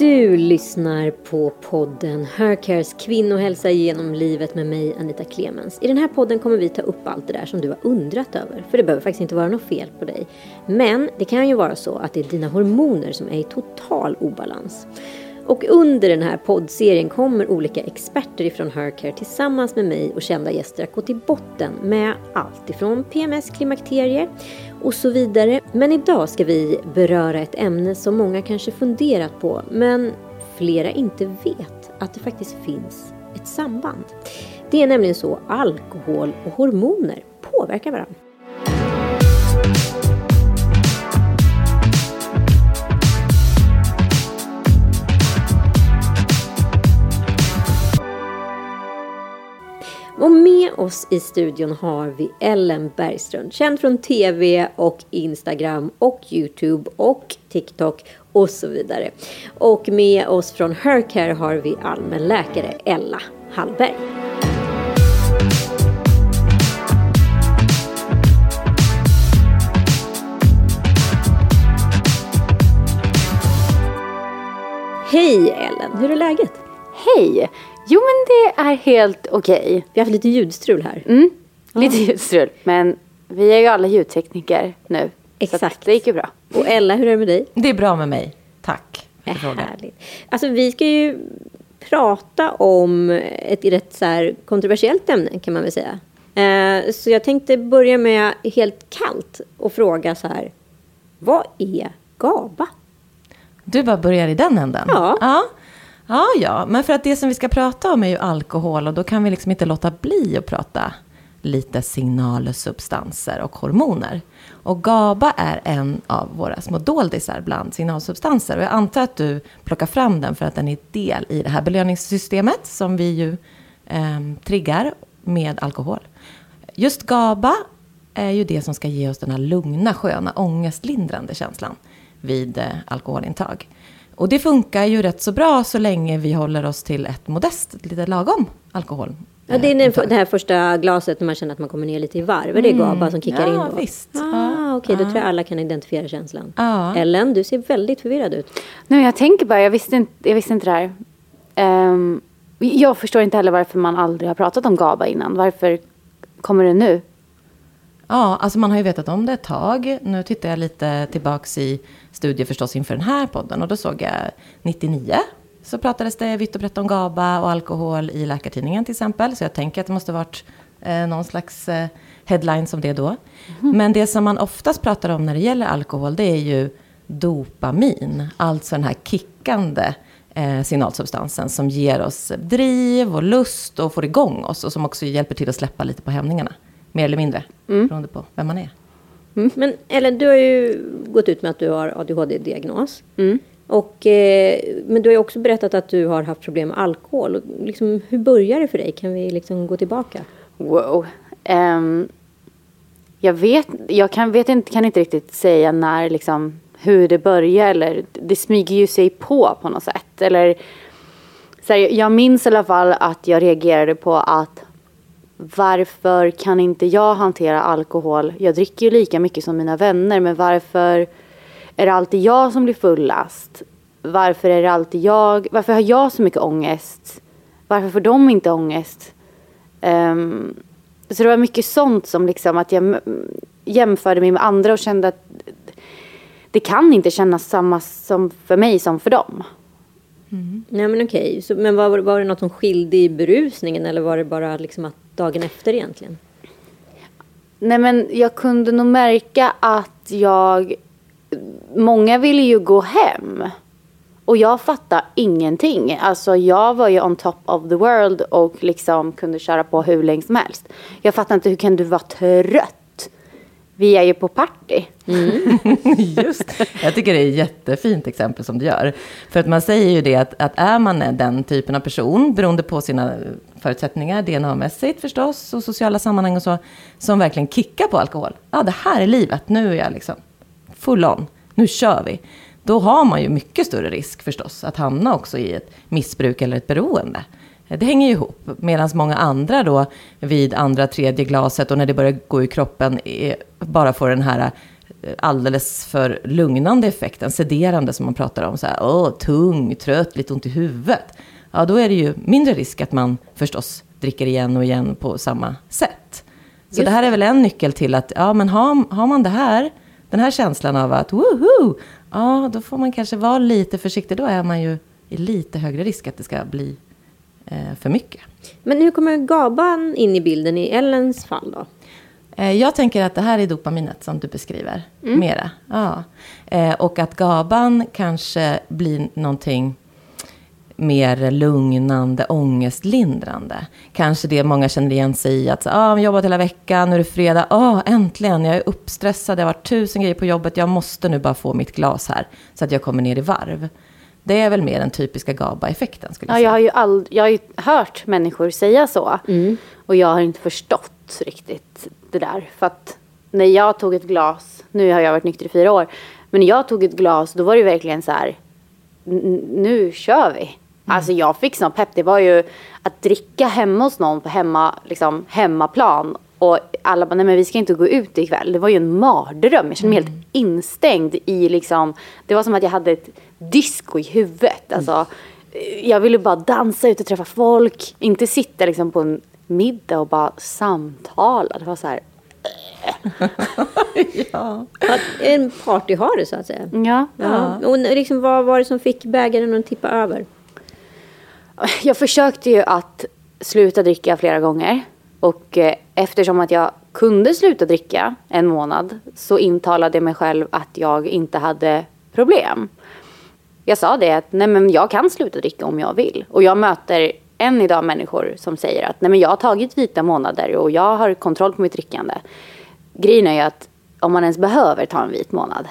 Du lyssnar på podden Hercares kvinnohälsa genom livet med mig, Anita Clemens. I den här podden kommer vi ta upp allt det där som du har undrat över. För det behöver faktiskt inte vara något fel på dig. Men det kan ju vara så att det är dina hormoner som är i total obalans. Och under den här poddserien kommer olika experter ifrån Hercare tillsammans med mig och kända gäster att gå till botten med allt ifrån PMS, klimakterie och så vidare. Men idag ska vi beröra ett ämne som många kanske funderat på, men flera inte vet att det faktiskt finns ett samband. Det är nämligen så alkohol och hormoner påverkar varandra. Och med oss i studion har vi Ellen Bergström, känd från TV och Instagram och YouTube och TikTok och så vidare. Och med oss från Hercare har vi allmänläkare Ella Hallberg. Hej Ellen, hur är läget? Hej! Jo, men det är helt okej. Vi har haft lite ljudstrul här. Lite ljudstrul. Men vi är ju alla ljudtekniker nu. Exakt. Så det gick ju bra. Och Ella, hur är det med dig? Det är bra med mig. Tack för frågan. Härligt. Alltså vi ska ju prata om ett rätt så här kontroversiellt ämne kan man väl säga. Så jag tänkte börja med helt kallt och fråga så här. Vad är GABA? Du bara börjar i den änden? Ja. Ja, men för att det som vi ska prata om är ju alkohol och då kan vi liksom inte låta bli att prata lite signalsubstanser och hormoner. Och GABA är en av våra små doldisar bland signalsubstanser och jag antar att du plockar fram den för att den är del i det här belöningssystemet som vi ju triggar med alkohol. Just GABA är ju det som ska ge oss den här lugna, sköna, ångestlindrande känslan vid alkoholintag. Och det funkar ju rätt så bra så länge vi håller oss till ett modest, lite lagom alkohol. Ja, det är det här första glaset när man känner att man kommer ner lite i varv. Är det GABA som kickar in då? Ja, visst. Okej, då tror jag alla kan identifiera känslan. Ja. Ellen, du ser väldigt förvirrad ut. Nej, jag tänker bara, jag visste inte det här. Jag förstår inte heller varför man aldrig har pratat om GABA innan. Varför kommer det nu? Ja, alltså man har ju vetat om det ett tag. Nu tittar jag lite tillbaks i studier förstås inför den här podden. Och då såg jag 99. Så pratades det vitt och brett om GABA och alkohol i Läkartidningen till exempel. Så jag tänker att det måste ha varit någon slags headline som det då. Men det som man oftast pratar om när det gäller alkohol det är ju dopamin. Alltså den här kickande signalsubstansen som ger oss driv och lust och får igång oss. Och som också hjälper till att släppa lite på hämningarna. Mer eller mindre, beroende på vem man är. Men Ellen, du har ju gått ut med att du har ADHD-diagnos. Och, men du har ju också berättat att du har haft problem med alkohol. Och liksom, hur börjar det för dig? Kan vi liksom gå tillbaka? Wow. Kan inte riktigt säga när, liksom, hur det börjar. Eller det smyger ju sig på något sätt. Eller, så här, jag minns i alla fall att jag reagerade på att varför kan inte jag hantera alkohol? Jag dricker ju lika mycket som mina vänner. Men varför är det alltid jag som blir fullast? Varför är det alltid jag? Varför har jag så mycket ångest? Varför får de inte ångest? Så det var mycket sånt som liksom att jag jämförde mig med andra och kände att det kan inte kännas samma som för mig som för dem. Nej, men okej. Men var det något som skilde i berusningen eller var det bara liksom att dagen efter egentligen? Nej, men jag kunde nog märka att många ville ju gå hem. Och jag fattade ingenting. Alltså jag var ju on top of the world och liksom kunde köra på hur länge som helst. Jag fattar inte, hur kan du vara trött? Vi är ju på party. Just, jag tycker det är ett jättefint exempel som du gör. För att man säger ju det att är man den typen av person, beroende på sina förutsättningar, DNA-mässigt förstås, och sociala sammanhang och så, som verkligen kickar på alkohol. Ja, det här är livet, nu är jag liksom full on, nu kör vi. Då har man ju mycket större risk förstås att hamna också i ett missbruk eller ett beroende. Det hänger ju ihop. Medan många andra då vid andra, tredje glaset och när det börjar gå i kroppen bara får den här alldeles för lugnande effekt, en sederande som man pratar om, så här, tung, trött, lite ont i huvudet. Ja, då är det ju mindre risk att man förstås dricker igen och igen på samma sätt. Så just det här är väl en nyckel till att, ja men har man den här känslan av att woho, ja då får man kanske vara lite försiktig, då är man ju i lite högre risk att det ska bli för mycket. Men hur kommer GABAn in i bilden i Ellens fall då? Jag tänker att det här är dopaminet som du beskriver mera. Ja. Och att GABAn kanske blir någonting mer lugnande, ångestlindrande. Kanske det många känner igen sig i att jag jobbat hela veckan, nu är det fredag, äntligen, jag är uppstressad, det har varit 1000 grejer på jobbet, jag måste nu bara få mitt glas här så att jag kommer ner i varv. Det är väl mer den typiska GABA-effekten skulle jag säga. Jag har ju hört människor säga så. Och jag har inte förstått riktigt det där. För att när jag tog ett glas, nu har jag varit nykter i 4 år. Men när jag tog ett glas, då var det verkligen så här, nu kör vi. Alltså jag fick sån pepp. Det var ju att dricka hemma hos någon på hemmaplan. Och alla bara, nej men vi ska inte gå ut ikväll. Det var ju en mardröm. Jag kände mig helt instängd i det var som att jag hade ett disco i huvudet. Alltså, jag ville bara dansa ut och träffa folk. Inte sitta på en middag och bara samtala. Det var så här. Ja. En partyhare så att säga. Ja. Och vad var det som fick bägaren att tippa över? Jag försökte ju att sluta dricka flera gånger. Och eftersom att jag kunde sluta dricka en månad så intalade jag mig själv att jag inte hade problem. Jag sa det att nej men jag kan sluta dricka om jag vill. Och jag möter än idag människor som säger att nej men jag har tagit vita månader och jag har kontroll på mitt drickande. Grejen är ju att om man ens behöver ta en vit månad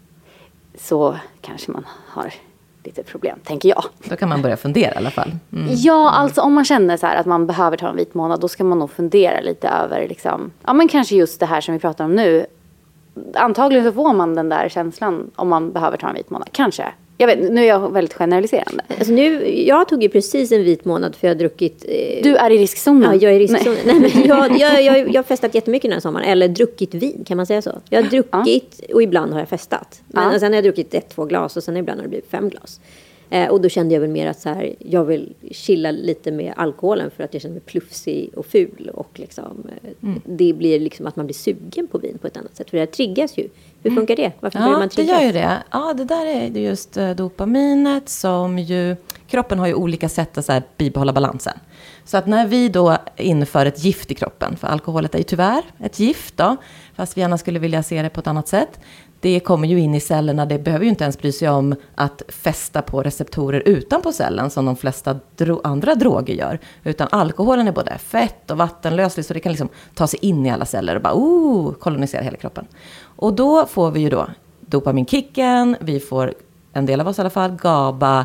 så kanske man har lite problem, tänker jag. Då kan man börja fundera i alla fall. Ja, alltså om man känner så här att man behöver ta en vit månad, då ska man nog fundera lite över ja men kanske just det här som vi pratar om nu. Antagligen så får man den där känslan om man behöver ta en vit månad. Kanske. Jag vet, nu är jag väldigt generaliserande. Alltså jag tog ju precis en vit månad för jag har druckit... Du är i riskzonen? Ja, jag är i riskzonen. Nej, men jag har festat jättemycket den här sommaren. Eller druckit vin, kan man säga så? Jag har druckit och ibland har jag festat. Men sen har jag druckit 1-2 glas och sen ibland har det blivit 5 glas. Och då kände jag väl mer att så här, jag vill chilla lite med alkoholen för att jag känner mig plufsig och ful. Och det blir att man blir sugen på vin på ett annat sätt. För det här triggas ju. Hur funkar det? Varför blir man triggas? Det gör ju det. Ja, det där är just dopaminet som ju... Kroppen har ju olika sätt att så här, bibehålla balansen. Så att när vi då inför ett gift i kroppen, för alkoholet är ju tyvärr ett gift då, fast vi gärna skulle vilja se det på ett annat sätt. Det kommer ju in i cellerna, det behöver ju inte ens bry sig om att fästa på receptorer utanpå cellen som de flesta andra droger gör. Utan alkoholen är både fett och vattenlöslig så det kan ta sig in i alla celler och bara kolonisera hela kroppen. Och då får vi ju då dopaminkicken, vi får en del av oss i alla fall, GABA,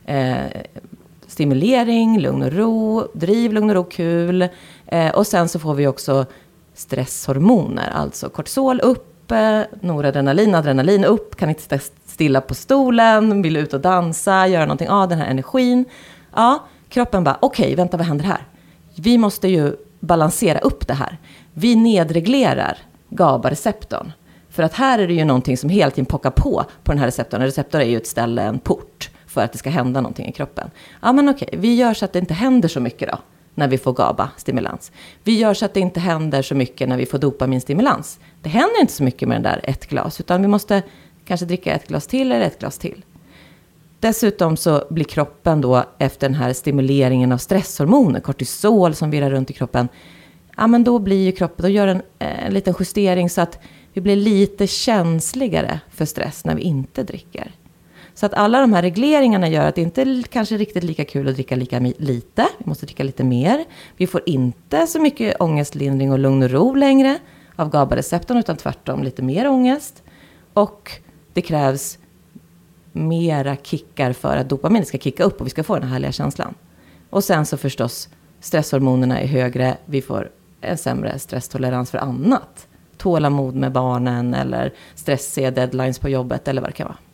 stimulering, lugn och ro, driv, lugn och ro, kul. Och sen så får vi också stresshormoner, alltså kortisol upp, noradrenalin, adrenalin upp, kan inte stå stilla på stolen, vill ut och dansa, göra någonting av den här energin. Ja, kroppen bara, okej, vänta, vad händer här? Vi måste ju balansera upp det här. Vi nedreglerar GABA-receptorn. För att här är det ju någonting som helt tiden pockar på den här receptorn. En receptor är ju ett ställe, en port, för att det ska hända någonting i kroppen. Ja, men okej, vi gör så att det inte händer så mycket då, när vi får GABA-stimulans. Vi gör så att det inte händer så mycket när vi får dopaminstimulans. Det händer inte så mycket med den där 1 glas, utan vi måste kanske dricka 1 glas till eller 1 glas till. Dessutom så blir kroppen då, efter den här stimuleringen av stresshormoner, kortisol som virrar runt i kroppen, ja men då blir ju kroppen, då gör en liten justering så att vi blir lite känsligare för stress när vi inte dricker. Så att alla de här regleringarna gör att det inte är kanske riktigt lika kul att dricka lika lite. Vi måste dricka lite mer. Vi får inte så mycket ångestlindring och lugn och ro längre av GABA-receptorn, utan tvärtom lite mer ångest. Och det krävs mera kickar för att dopamin ska kicka upp och vi ska få den här härliga känslan. Och sen så förstås stresshormonerna är högre. Vi får en sämre stresstolerans för annat. Tålamod med barnen eller stressiga deadlines på jobbet eller vad det kan vara.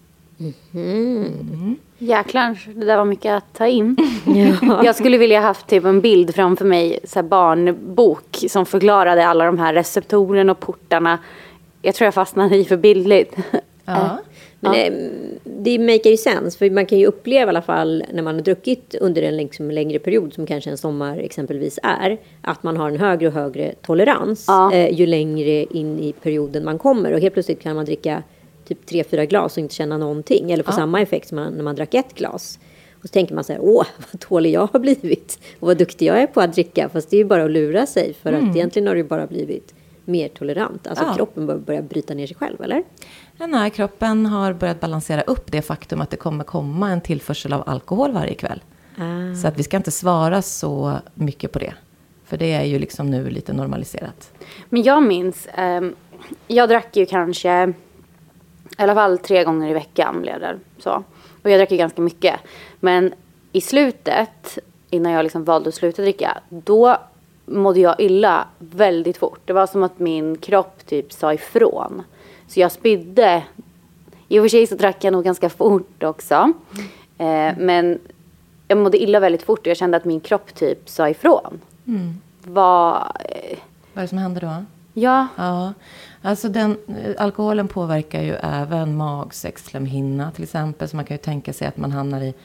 Jäklar, det där var mycket att ta in. Ja. Jag skulle vilja haft typ en bild framför mig, så här barnbok som förklarade alla de här receptorerna och portarna Jag tror jag fastnade i för bildligt. Ja. Men det make ju sens, för man kan ju uppleva i alla fall när man har druckit under en liksom längre period, som kanske en sommar exempelvis är, att man har en högre och högre tolerans ju längre in i perioden man kommer. Och helt plötsligt kan man dricka typ 3-4 glas och inte känna någonting, eller få samma effekt som när man drack ett glas. Och så tänker man så här, vad tålig jag har blivit och vad duktig jag är på att dricka. Fast det är ju bara att lura sig, för att egentligen har det ju bara blivit mer tolerant. Alltså kroppen börjar bryta ner sig själv, eller? Den här kroppen har börjat balansera upp det faktum att det kommer komma en tillförsel av alkohol varje kväll. Så att vi ska inte svara så mycket på det. För det är ju liksom nu lite normaliserat. Men jag minns, jag drack ju kanske i alla fall 3 gånger i veckan blev det så. Och jag drack ju ganska mycket. Men i slutet, innan jag liksom valde att sluta dricka, då mådde jag illa väldigt fort. Det var som att min kropp typ sa ifrån. Så jag spydde. I och för sig så drack jag nog ganska fort också. Men jag mådde illa väldigt fort och jag kände att min kropp typ sa ifrån. Vad är det som hände då? Ja. Alltså alkoholen påverkar ju även magsäckslemhinna till exempel. Så man kan ju tänka sig att man hamnar i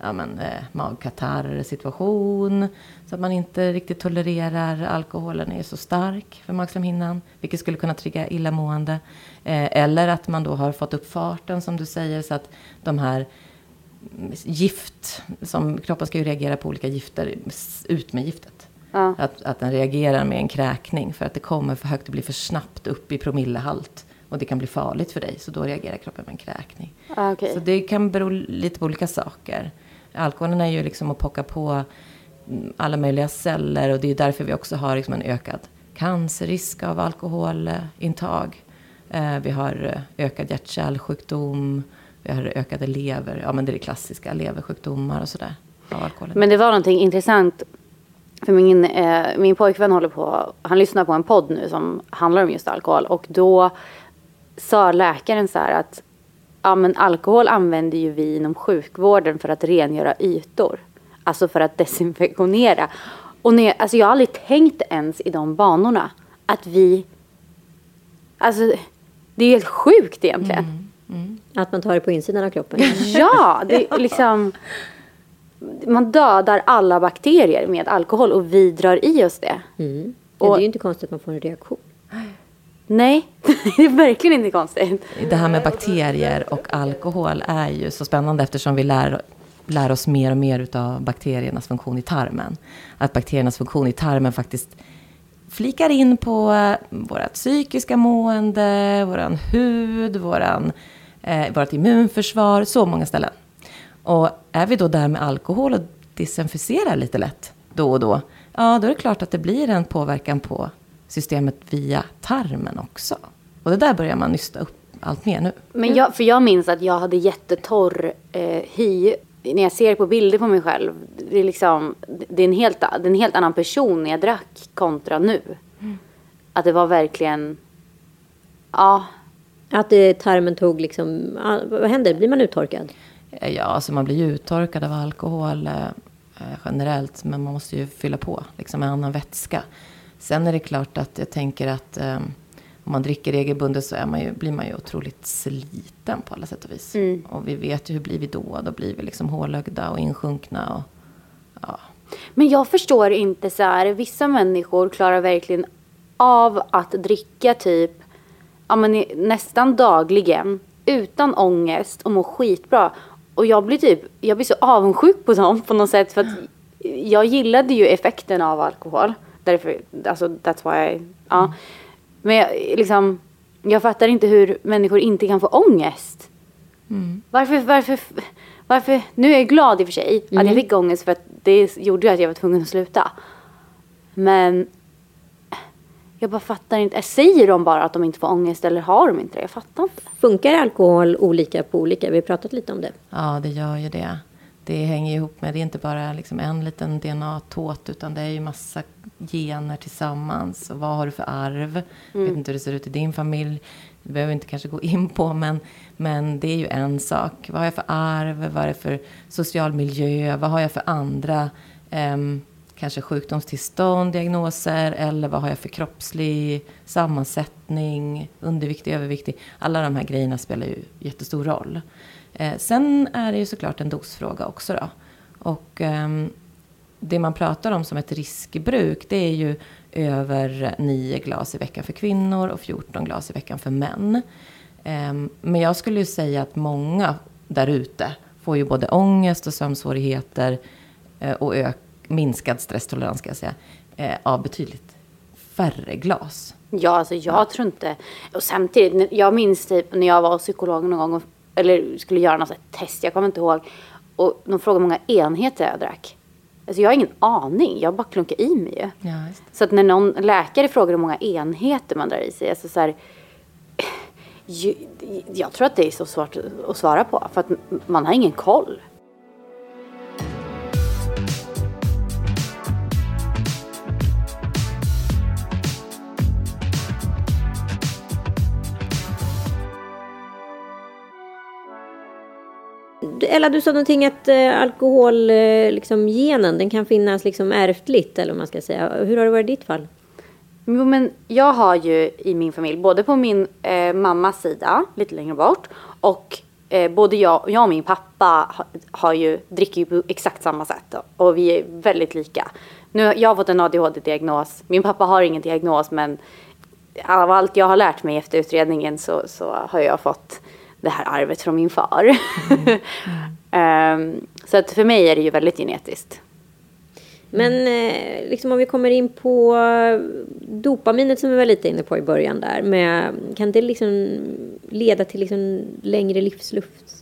magkatarr-situation. Så att man inte riktigt tolererar alkoholen är så stark för magslemhinnan. Vilket skulle kunna trigga illamående. Eller att man då har fått upp farten som du säger. Så att de här gift, som kroppen ska ju reagera på olika gifter, ut med giftet. Att den reagerar med en kräkning för att det kommer för högt och blir för snabbt upp i promillehalt. Och det kan bli farligt för dig, så då reagerar kroppen med en kräkning. Okay. Så det kan bero lite på olika saker. Alkoholen är ju liksom att pocka på alla möjliga celler, och det är därför vi också har liksom en ökad cancerrisk av alkoholintag. Vi har ökad hjärt-kärlsjukdom, vi har ökade lever, men det är det klassiska, leversjukdomar och sådär av alkoholen. Men det var någonting intressant. För min pojkvän han lyssnar på en podd nu som handlar om just alkohol. Och då sa läkaren så här att men alkohol använder ju vi inom sjukvården för att rengöra ytor. Alltså för att desinfektionera. Och alltså jag har aldrig tänkt ens i de banorna att alltså det är helt sjukt egentligen. Att man tar det på insidan av kroppen. Ja, det är liksom... Man dödar alla bakterier med alkohol och vi drar i oss det. Det är ju inte konstigt att man får en reaktion. Nej, det är verkligen inte konstigt. Det här med bakterier och alkohol är ju så spännande eftersom vi lär oss mer och mer utav bakteriernas funktion i tarmen. Att bakteriernas funktion i tarmen faktiskt flikar in på vårt psykiska mående, våran hud, vårt immunförsvar, så många ställen. Och är vi då där med alkohol och desinficerar lite lätt då och då, då är det klart att det blir en påverkan på systemet via tarmen också. Och det där börjar man nysta upp allt mer nu. Men jag minns att jag hade jättetorr hy. När jag ser på bilder på mig själv, det är liksom, det är en helt annan person när jag drack kontra nu. Att det var verkligen, Att tarmen tog liksom, vad händer? Blir man uttorkad? Ja, alltså man blir ju uttorkad av alkohol generellt, men man måste ju fylla på liksom med annan vätska. Sen är det klart att jag tänker att om man dricker regelbundet så blir man ju otroligt sliten på alla sätt och vis. Och vi vet ju hur blir vi då? Då blir vi liksom hålögda och insjunkna. Men jag förstår inte så här, vissa människor klarar verkligen av att dricka typ nästan dagligen utan ångest och må skitbra. Och jag blir så avundsjuk på dem på något sätt, för att jag gillade ju effekten av alkohol. Därför, alltså that's why men jag fattar inte hur människor inte kan få ångest. Varför? Nu är jag glad i och för sig att jag fick ångest, för att det gjorde att jag var tvungen att sluta. Men jag bara fattar inte. Säger de bara att de inte får ångest, eller har de inte det? Jag fattar inte. Funkar alkohol olika på olika? Vi har pratat lite om det. Ja, det gör ju det. Det hänger ihop med, det är inte bara liksom en liten DNA-tåt, utan det är ju massa gener tillsammans. Och vad har du för arv? Jag vet inte hur det ser ut i din familj. Det behöver vi inte kanske gå in på, men det är ju en sak. Vad har jag för arv? Vad är det för social miljö? Vad har jag för andra kanske sjukdomstillstånd, diagnoser eller vad har jag för kroppslig sammansättning, underviktig, överviktig. Alla de här grejerna spelar ju jättestor roll. Sen är det ju såklart en dosfråga också då. Och det man pratar om som ett riskbruk, det är ju över 9 glas i veckan för kvinnor och 14 glas i veckan för män. Men jag skulle ju säga att många där ute får ju både ångest och sömnsvårigheter och minskad stresstolerans ska jag säga, av betydligt färre glas. Ja, alltså jag tror inte... Och samtidigt, jag minns typ när jag var psykolog någon gång eller skulle göra något test, jag kommer inte ihåg. Och de frågade hur många enheter jag drack. Alltså jag har ingen aning, jag bara klunkar i mig ju. Ja, just det. Så att när någon läkare frågar hur många enheter man drar i sig, alltså så här, jag tror att det är så svårt att svara på, för att man har ingen koll. Ella, du sa någonting att alkohol, liksom genen, den kan finnas liksom ärftligt, eller vad man ska säga. Hur har det varit i ditt fall? Jo, men jag har ju i min familj, både på min mammas sida, lite längre bort, och både jag och min pappa dricker ju på exakt samma sätt. Och vi är väldigt lika. Nu, jag har fått en ADHD-diagnos. Min pappa har ingen diagnos, men av allt jag har lärt mig efter utredningen så har jag fått det här arvet från min far. Så att för mig är det ju väldigt genetiskt. Men liksom om vi kommer in på dopaminet som vi var lite inne på i början där. Kan det liksom leda till liksom längre livsluft?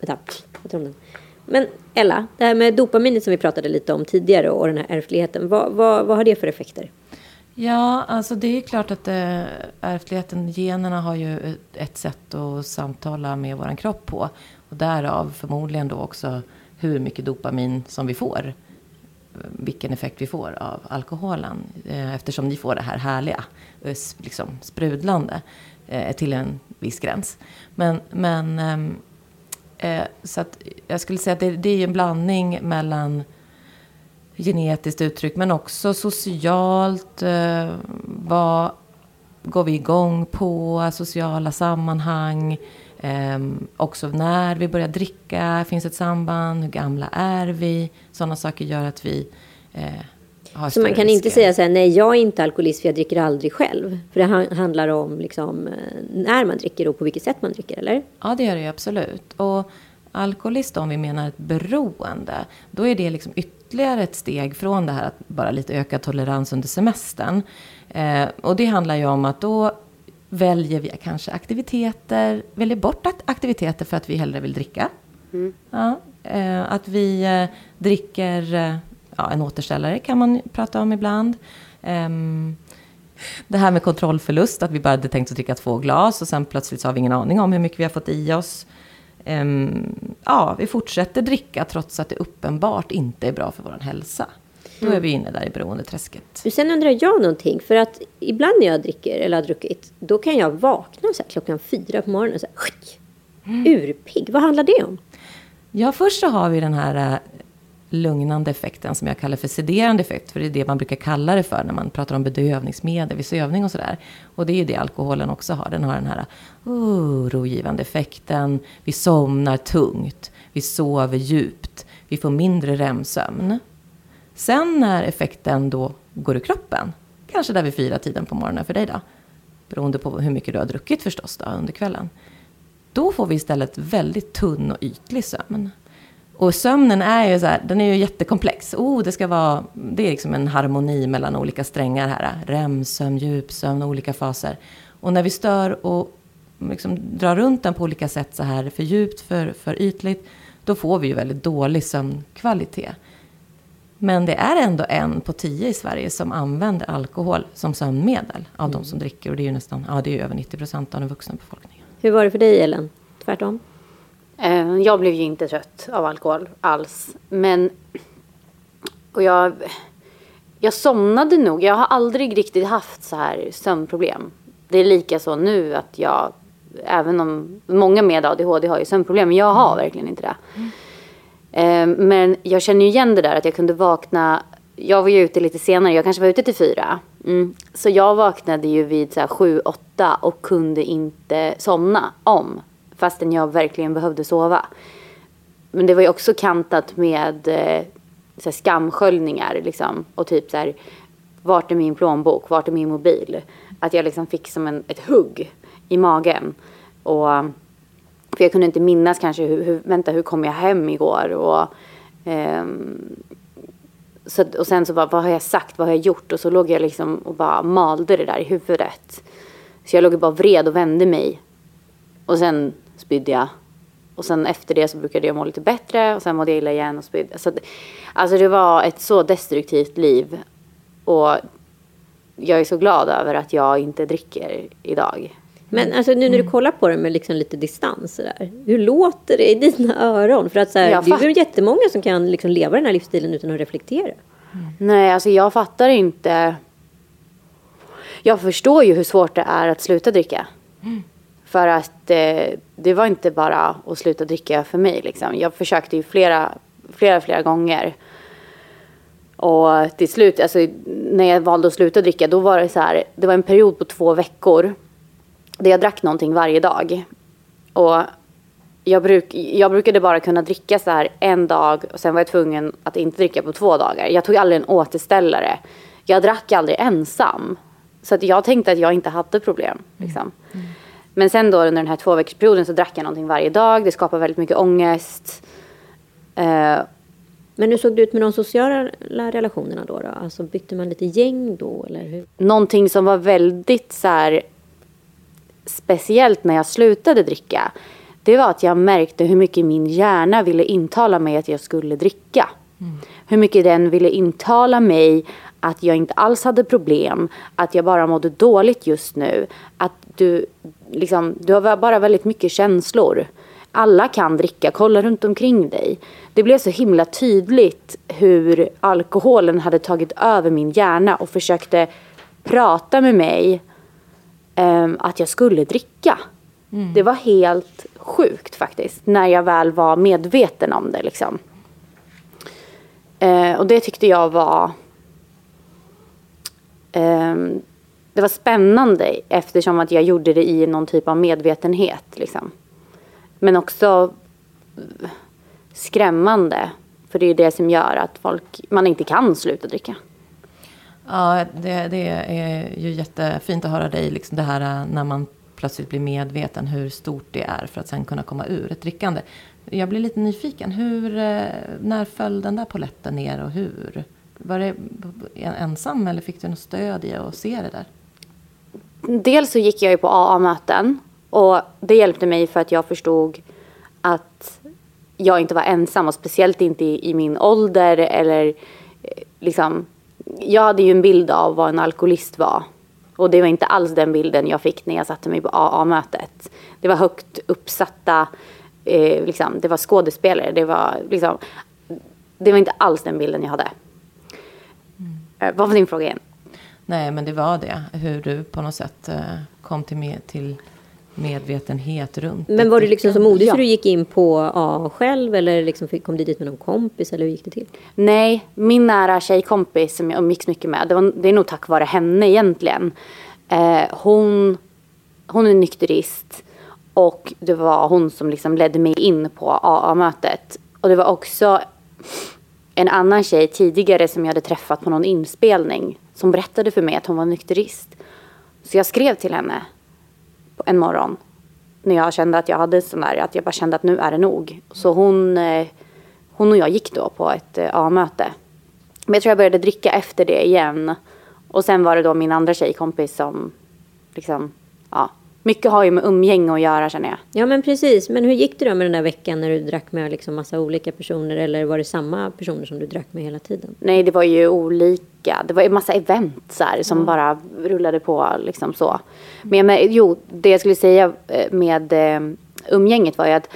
Men Ella, det här med dopaminet som vi pratade lite om tidigare och den här ärftligheten. Vad har det för effekter? Ja, alltså det är klart att ärftligheten, generna har ju ett sätt att samtala med våran kropp på. Och därav förmodligen då också hur mycket dopamin som vi får. Vilken effekt vi får av alkoholen. Eftersom ni får det här härliga, liksom sprudlande till en viss gräns. Men så att jag skulle säga att det är en blandning mellan genetiskt uttryck men också socialt. Vad går vi igång på? Sociala sammanhang. Också när vi börjar dricka finns ett samband. Hur gamla är vi? Sådana saker gör att vi har så man kan inte säga så här, nej jag är inte alkoholist för jag dricker aldrig själv. För det handlar om liksom, när man dricker och på vilket sätt man dricker, eller? Ja, det gör det ju absolut. Och alkoholist, om vi menar ett beroende, då är det liksom ytterligare ett steg från det här att bara lite ökad tolerans under semestern. Och det handlar ju om att då väljer vi kanske väljer bort aktiviteter för att vi hellre vill dricka. Ja, att vi dricker en återställare kan man prata om ibland. Det här med kontrollförlust, att vi bara hade tänkt att dricka 2 glas och sen plötsligt så har vi ingen aning om hur mycket vi har fått i oss. Vi fortsätter dricka trots att det uppenbart inte är bra för vår hälsa. Då är vi inne där i beroendeträsket. Sen undrar jag någonting. För att ibland när jag dricker eller har druckit, då kan jag vakna så här, klockan 4 på morgonen. Så här, urpigg. Vad handlar det om? Ja, först så har vi den här lugnande effekten som jag kallar för sederande effekt. För det är det man brukar kalla det för när man pratar om bedövningsmedel vid sövning och sådär. Och det är ju det alkoholen också har. Den har den här rogivande effekten. Vi somnar tungt. Vi sover djupt. Vi får mindre REM-sömn. Sen när effekten då går ur kroppen, kanske där vid 4-tiden på morgonen för dig då, beroende på hur mycket du har druckit förstås då under kvällen, då får vi istället väldigt tunn och ytlig sömn. Och sömnen är ju så här, den är ju jättekomplex. Det är liksom en harmoni mellan olika strängar här, REM-sömn, djupsömn och olika faser. Och när vi stör och liksom drar runt den på olika sätt så här, för djupt, för ytligt, då får vi ju väldigt dålig sömnkvalitet. Men det är ändå 1 på 10 i Sverige som använder alkohol som sömnmedel av de som dricker. Och det är ju det är ju över 90% av den vuxna befolkningen. Hur var det för dig, Ellen? Tvärtom? Jag blev ju inte trött av alkohol alls. Och jag somnade nog. Jag har aldrig riktigt haft så här sömnproblem. Det är lika så nu att även om många med ADHD har ju sömnproblem, men jag har verkligen inte det. Men jag känner ju igen det där att jag kunde vakna jag var ju ute lite senare. Jag kanske var ute till 4. Så jag vaknade ju vid så här 7-8 och kunde inte somna om. Fastän jag verkligen behövde sova. Men det var ju också kantat med så här skamsköljningar liksom. Och typ så här, vart är min plånbok? Vart är min mobil? Att jag liksom fick som ett hugg i magen. Och för jag kunde inte minnas kanske hur kom jag hem igår? Och och sen så bara, vad har jag sagt? Vad har jag gjort? Och så låg jag liksom och bara malde det där i huvudet. Så jag låg bara vred och vände mig. Och sen spydde jag. Och sen efter det så brukade jag må lite bättre. Och sen mådde jag illa igen och spydde. Så alltså det var ett så destruktivt liv. Och jag är så glad över att jag inte dricker idag. Men alltså nu när du kollar på det med liksom lite distans där, hur låter det i dina öron? För att så här, det är ju jättemånga som kan liksom leva den här livsstilen utan att reflektera. Nej, alltså jag fattar inte. Jag förstår ju hur svårt det är att sluta dricka. För att det var inte bara att sluta dricka för mig. Liksom. Jag försökte ju flera gånger. Och till slut, alltså, när jag valde att sluta dricka, då var det så här. Det var en period på 2 veckor. Där jag drack någonting varje dag. Och jag brukade bara kunna dricka så här en dag. Och sen var jag tvungen att inte dricka på 2 dagar. Jag tog aldrig en återställare. Jag drack aldrig ensam. Så att jag tänkte att jag inte hade problem. Liksom. Men sen då under den här 2-veckorsperioden så drack jag någonting varje dag. Det skapade väldigt mycket ångest. Men hur såg det ut med de sociala relationerna då? Alltså bytte man lite gäng då? Eller hur? Någonting som var väldigt så här speciellt när jag slutade dricka. Det var att jag märkte hur mycket min hjärna ville intala mig att jag skulle dricka. Hur mycket den ville intala mig att jag inte alls hade problem. Att jag bara mådde dåligt just nu. Att du har bara väldigt mycket känslor. Alla kan dricka, kolla runt omkring dig. Det blev så himla tydligt hur alkoholen hade tagit över min hjärna och försökte prata med mig att jag skulle dricka. Det var helt sjukt faktiskt, när jag väl var medveten om det liksom. Och det tyckte jag var det var spännande, eftersom att jag gjorde det i någon typ av medvetenhet liksom. Men också skrämmande, för det är det som gör att man inte kan sluta dricka. Ja, det är ju jättefint att höra dig liksom det här när man plötsligt blir medveten hur stort det är för att sen kunna komma ur ett drickande. Jag blir lite nyfiken, när föll den där polletten ner och hur? Var det ensam eller fick du något stöd i att se det där? Dels så gick jag ju på AA-möten och det hjälpte mig för att jag förstod att jag inte var ensam, och speciellt inte i min ålder eller liksom. Jag hade ju en bild av vad en alkoholist var. Och det var inte alls den bilden jag fick när jag satte mig på AA-mötet. Det var högt uppsatta, liksom, det var skådespelare. Det var inte alls den bilden jag hade. Vad var din fråga igen? Nej, men det var det. Hur du på något sätt kom till medvetenhet runt. Men var det liksom så modigt så du gick in på AA själv, eller liksom kom du dit med någon kompis, eller hur gick det till? Nej, min nära tjejkompis som jag umgicks mycket med, det är nog tack vare henne egentligen. Hon är nykterist, och det var hon som liksom ledde mig in på AA-mötet. Och det var också en annan tjej tidigare som jag hade träffat på någon inspelning som berättade för mig att hon var nykterist. Så jag skrev till henne en morgon när jag kände att jag hade sån där, att jag bara kände att nu är det nog. Så hon och jag gick då på ett A-möte. Men jag tror jag började dricka efter det igen. Och sen var det då min andra tjejkompis som liksom, ja, mycket har ju med umgänge att göra, känner jag. Ja, men precis. Men hur gick det då med den där veckan när du drack med liksom massa olika personer? Eller var det samma personer som du drack med hela tiden? Nej, det var ju olika. Det var en massa event så här, som bara rullade på liksom så. Men det jag skulle säga med umgänget var ju att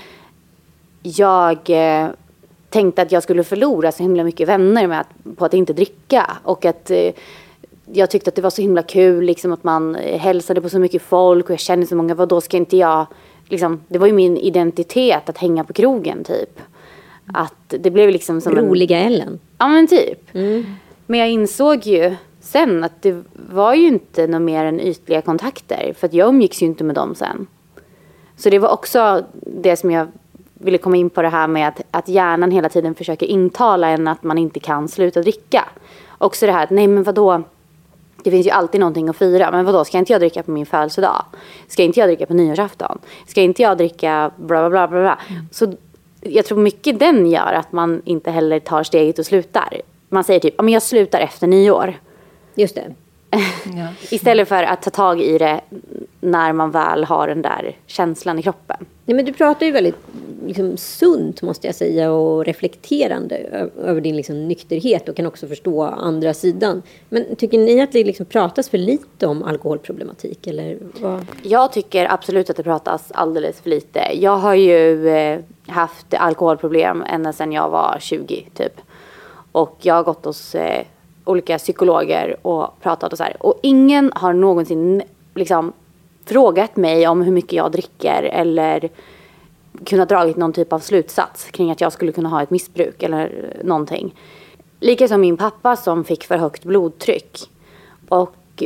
jag tänkte att jag skulle förlora så himla mycket vänner på att inte dricka. Och att jag tyckte att det var så himla kul liksom, att man hälsade på så mycket folk och jag kände så många. Då ska inte jag liksom, det var ju min identitet att hänga på krogen typ. Att det blev liksom som roliga Ellen. Ja, men typ. Men jag insåg ju sen att det var ju inte något mer än ytliga kontakter. För att jag umgicks ju inte med dem sen. Så det var också det som jag ville komma in på, det här med att hjärnan hela tiden försöker intala en att man inte kan sluta dricka. Också det här att nej men vadå, det finns ju alltid någonting att fira. Men vadå, ska inte jag dricka på min födelsedag? Ska inte jag dricka på nyårsafton? Ska inte jag dricka bla bla bla bla? Så jag tror mycket den gör att man inte heller tar steget och slutar. Man säger typ, men jag slutar efter nyår. Just det. Ja. Istället för att ta tag i det när man väl har den där känslan i kroppen. Nej, men du pratar ju väldigt liksom, sunt måste jag säga och reflekterande över din liksom, nykterhet och kan också förstå andra sidan. Men tycker ni att det liksom, pratas för lite om alkoholproblematik? Eller vad? Jag tycker absolut att det pratas alldeles för lite. Jag har ju haft alkoholproblem ända sedan jag var 20 typ. Och jag har gått hos olika psykologer och pratat och så här. Och ingen har någonsin liksom frågat mig om hur mycket jag dricker eller kunnat dragit någon typ av slutsats kring att jag skulle kunna ha ett missbruk eller någonting. Lika som min pappa som fick för högt blodtryck. Och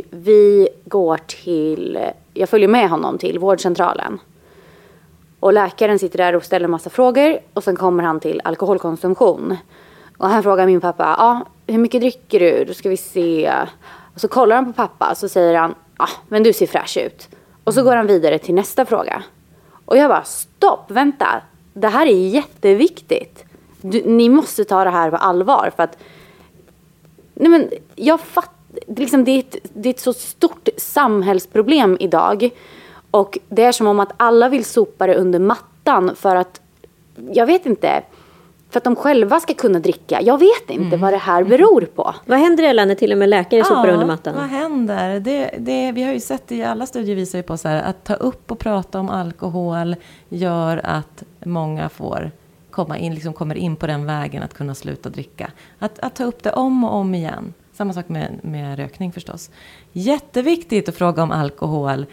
jag följer med honom till vårdcentralen. Och läkaren sitter där och ställer en massa frågor och sen kommer han till alkoholkonsumtion. Och han frågar min pappa, hur mycket dricker du? Då ska vi se. Och så kollar han på pappa och så säger han, men du ser fräsch ut. Och så går han vidare till nästa fråga. Och jag bara, stopp, vänta. Det här är jätteviktigt. Ni måste ta det här på allvar. För att, nej men, jag fattar, liksom, det är ett så stort samhällsproblem idag. Och det är som om att alla vill sopa det under mattan för att, jag vet inte, för att de själva ska kunna dricka. Jag vet inte vad det här beror på. Vad händer i när till och med läkare sopar under mattan? Vad händer? Vi har ju sett i alla studier visar ju på så här, att ta upp och prata om alkohol gör att många får kommer in på den vägen att kunna sluta dricka. Att ta upp det om och om igen. Samma sak med rökning förstås. Jätteviktigt att fråga om alkohol.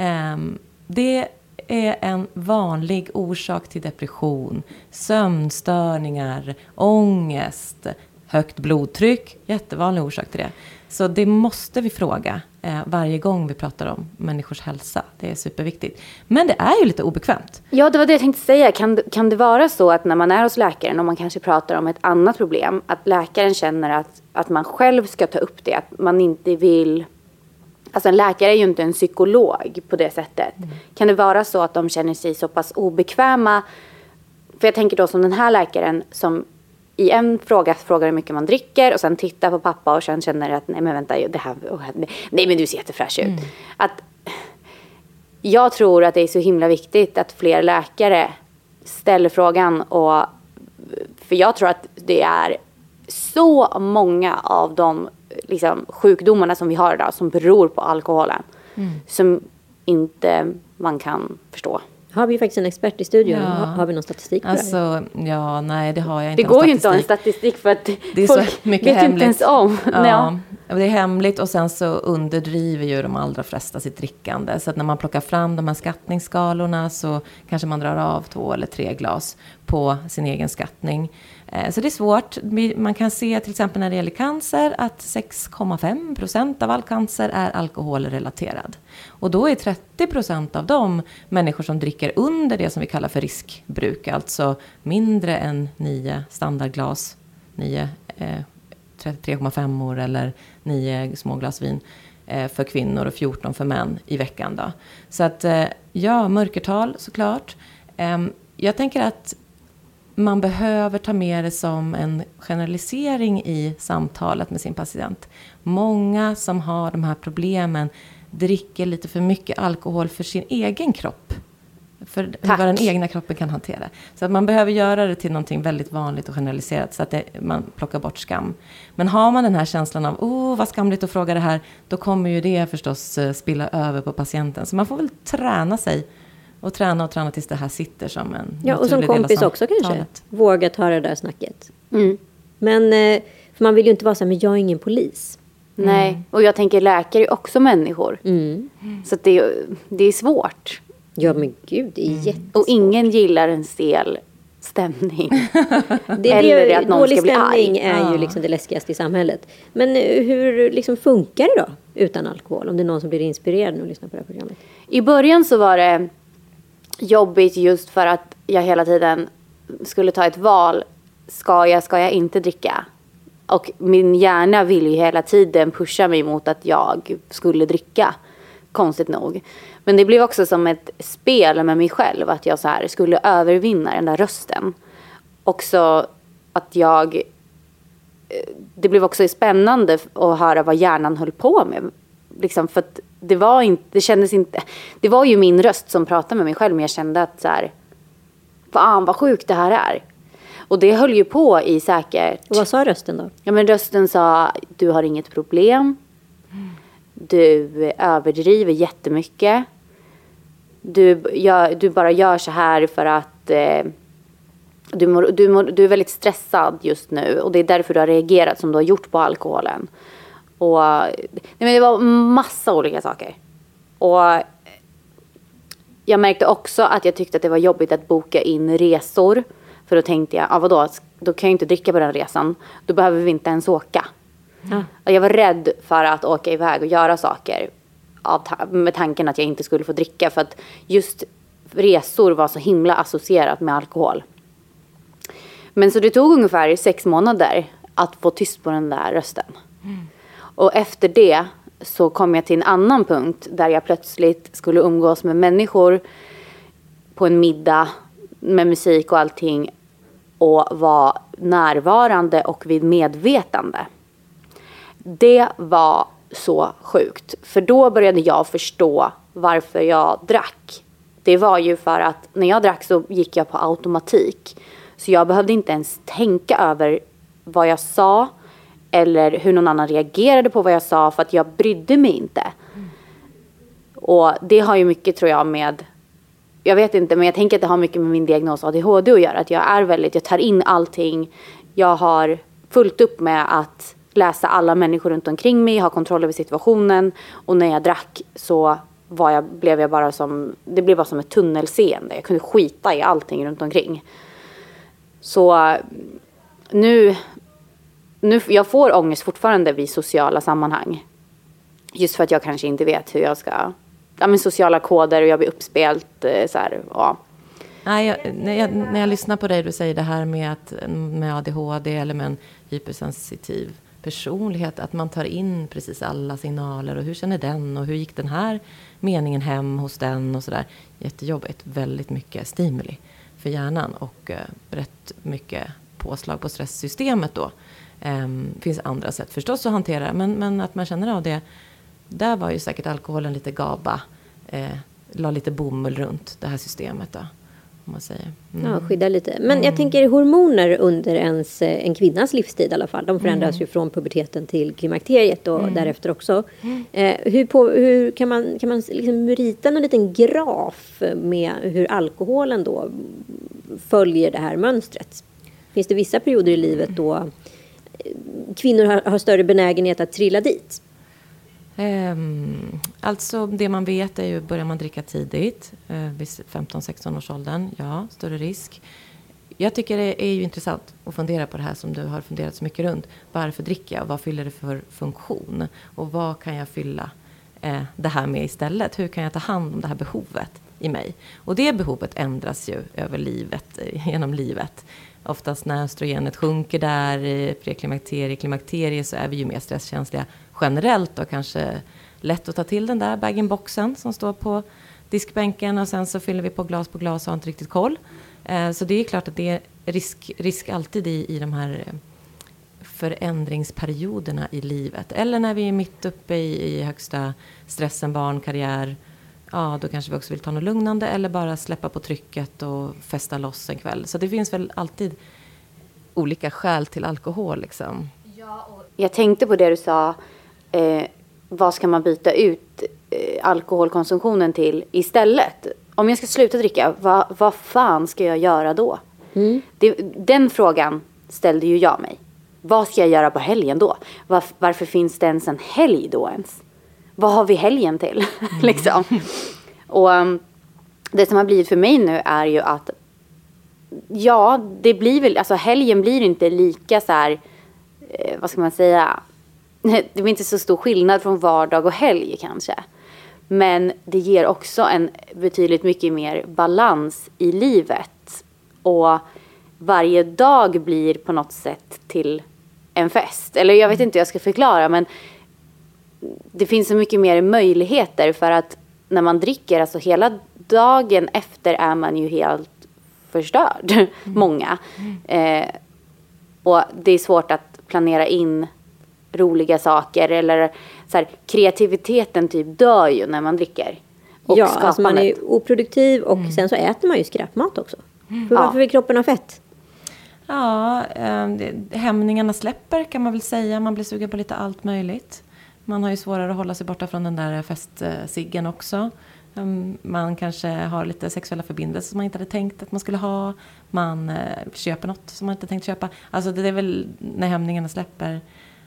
Det är en vanlig orsak till depression, sömnstörningar, ångest, högt blodtryck. Jättevanlig orsak till det. Så det måste vi fråga varje gång vi pratar om människors hälsa. Det är superviktigt. Men det är ju lite obekvämt. Ja, det var det jag tänkte säga. Kan det vara så att när man är hos läkaren och man kanske pratar om ett annat problem, att läkaren känner att man själv ska ta upp det, att man inte vill... Alltså en läkare är ju inte en psykolog på det sättet. Kan det vara så att de känner sig så pass obekväma? För jag tänker då som den här läkaren som i en fråga frågar hur mycket man dricker och sen tittar på pappa och sen känner att nej men vänta, nej men du ser jättefräsch ut. Att jag tror att det är så himla viktigt att fler läkare ställer frågan för jag tror att det är så många av de liksom, sjukdomarna som vi har idag som beror på alkoholen som inte man kan förstå. Har vi faktiskt en expert i studion? Ja. Har vi någon statistik på det? Ja, nej det har jag inte. Det går ju inte att ha en statistik för att det är folk så mycket vet hemligt. inte ens om. Ja, det är hemligt och sen så underdriver ju de allra flesta sitt drickande. Så att när man plockar fram de här skattningsskalorna så kanske man drar av 2 eller 3 glas på sin egen skattning. Så det är svårt. Man kan se till exempel när det gäller cancer att 6,5% av all cancer är alkoholrelaterad. Och då är 30% av de människor som dricker under det som vi kallar för riskbruk. Alltså mindre än 9 standardglas, 9 3,5 eller 9 små glas vin för kvinnor och 14 för män i veckan. Då. Så att mörkertal såklart. Jag tänker att man behöver ta med det som en generalisering i samtalet med sin patient. Många som har de här problemen dricker lite för mycket alkohol för sin egen kropp. För vad den egna kroppen kan hantera. Så att man behöver göra det till någonting väldigt vanligt och generaliserat. Så att man plockar bort skam. Men har man den här känslan av vad skamligt att fråga det här. Då kommer ju det förstås spilla över på patienten. Så man får väl träna sig. Och träna tills det här sitter som en ja, och som kompis också kanske. Våga ta det där snacket. Men för man vill ju inte vara så här, men jag är ingen polis. Nej, och jag tänker läkare är också människor. Så att det är svårt. Ja men gud, det är Och ingen gillar en stel stämning. Eller att någon dålig ska bli stämning arg. är ju liksom det läskigaste i samhället. Men hur liksom funkar det då utan alkohol? Om det är någon som blir inspirerad när de lyssnar på det här programmet. I början så var det jobbigt just för att jag hela tiden skulle ta ett val. Ska jag inte dricka? Och min hjärna ville ju hela tiden pusha mig mot att jag skulle dricka. Konstigt nog. Men det blev också som ett spel med mig själv. Att jag så här skulle övervinna den där rösten. Också att det blev också spännande att höra vad hjärnan höll på med. Liksom för att det kändes inte. Det var ju min röst som pratade med mig själv. Men jag kände att så här, fan vad sjukt det här är. Och det höll ju på i säkert. Och vad sa rösten då? Ja, men rösten sa, du har inget problem. Du överdriver jättemycket. Du bara gör så här för att du är väldigt stressad just nu. Och det är därför du har reagerat som du har gjort på alkoholen. Och men det var massa olika saker. Och jag märkte också att jag tyckte att det var jobbigt att boka in resor. För då tänkte jag, vadå? Då kan jag inte dricka på den resan. Då behöver vi inte ens åka. Och jag var rädd för att åka iväg och göra saker. Med tanken att jag inte skulle få dricka. För att just resor var så himla associerat med alkohol. Men så det tog ungefär 6 månader att få tyst på den där rösten. Och efter det så kom jag till en annan punkt. Där jag plötsligt skulle umgås med människor på en middag med musik och allting. Och var närvarande och vid medvetande. Det var så sjukt. För då började jag förstå varför jag drack. Det var ju för att när jag drack så gick jag på automatik. Så jag behövde inte ens tänka över vad jag sa. Eller hur någon annan reagerade på vad jag sa. För att jag brydde mig inte. Och det har ju mycket, tror jag, med... Jag vet inte, men jag tänker att det har mycket med min diagnos ADHD att göra. Att jag tar in allting. Jag har fullt upp med att läsa alla människor runt omkring mig. Ha kontroll över situationen. Och när jag drack så blev jag bara som... Det blev bara som ett tunnelseende. Jag kunde skita i allting runt omkring. Så nu jag får ångest fortfarande vid sociala sammanhang. Just för att jag kanske inte vet hur jag ska... Ja, men sociala koder och jag blir uppspelt så här, ja. Nej, när jag lyssnar på dig, du säger det här med ADHD eller med en hypersensitiv personlighet, att man tar in precis alla signaler och hur känner den och hur gick den här meningen hem hos den och sådär. Jättejobbigt, väldigt mycket stimuli för hjärnan och rätt mycket påslag på stresssystemet då. Finns andra sätt förstås att hantera, men att man känner av det. Där var ju säkert alkoholen lite GABA. La lite bomull runt det här systemet då. Om man säger. Ja, skydda lite. Men jag tänker hormoner under en kvinnas livstid i alla fall. De förändras ju från puberteten till klimakteriet och därefter också. Hur kan man liksom rita en liten graf med hur alkoholen då följer det här mönstret? Finns det vissa perioder i livet då kvinnor har större benägenhet att trilla dit? Alltså det man vet är ju, börjar man dricka tidigt vid 15-16 års åldern, ja, större risk. Jag tycker det är ju intressant att fundera på det här som du har funderat så mycket runt. Varför dricker jag? Vad fyller det för funktion? Och vad kan jag fylla det här med istället? Hur kan jag ta hand om det här behovet i mig? Och det behovet ändras ju över livet, genom livet. Oftast när östrogenet sjunker där, preklimakterie, klimakterie, så är vi ju mer stresskänsliga generellt och kanske lätt att ta till den där bag-in-boxen som står på diskbänken och sen så fyller vi på glas och har inte riktigt koll. Så det är klart att det är risk alltid i de här förändringsperioderna i livet. Eller när vi är mitt uppe i högsta stressen, barn, karriär. Ja, då kanske vi också vill ta något lugnande eller bara släppa på trycket och festa loss en kväll. Så det finns väl alltid olika skäl till alkohol liksom. Ja, och jag tänkte på det du sa. Vad ska man byta ut alkoholkonsumtionen till istället? Om jag ska sluta dricka, vad fan ska jag göra då? Den frågan ställde ju jag mig. Vad ska jag göra på helgen då? Varför finns det ens en helg då ens? Vad har vi helgen till? liksom. Och det som har blivit för mig nu är ju att Ja, det blir väl, alltså helgen blir inte lika så här, vad ska man säga, det blir inte så stor skillnad från vardag och helg kanske. Men det ger också en betydligt mycket mer balans i livet. Och varje dag blir på något sätt till en fest. Eller jag vet inte hur jag ska förklara, men det finns så mycket mer möjligheter för att när man dricker, alltså hela dagen efter är man ju helt förstörd. Många. Och det är svårt att planera in roliga saker eller så här, kreativiteten typ dör ju när man dricker. Och alltså man är oproduktiv och sen så äter man ju skräpmat också. För varför vill kroppen ha fett? Ja, hämningarna släpper kan man väl säga. Man blir sugen på lite allt möjligt. Man har ju svårare att hålla sig borta från den där festsiggen också. Man kanske har lite sexuella förbindelser som man inte hade tänkt att man skulle ha. Man köper något som man inte tänkt köpa. Alltså det är väl när hämningarna släpper,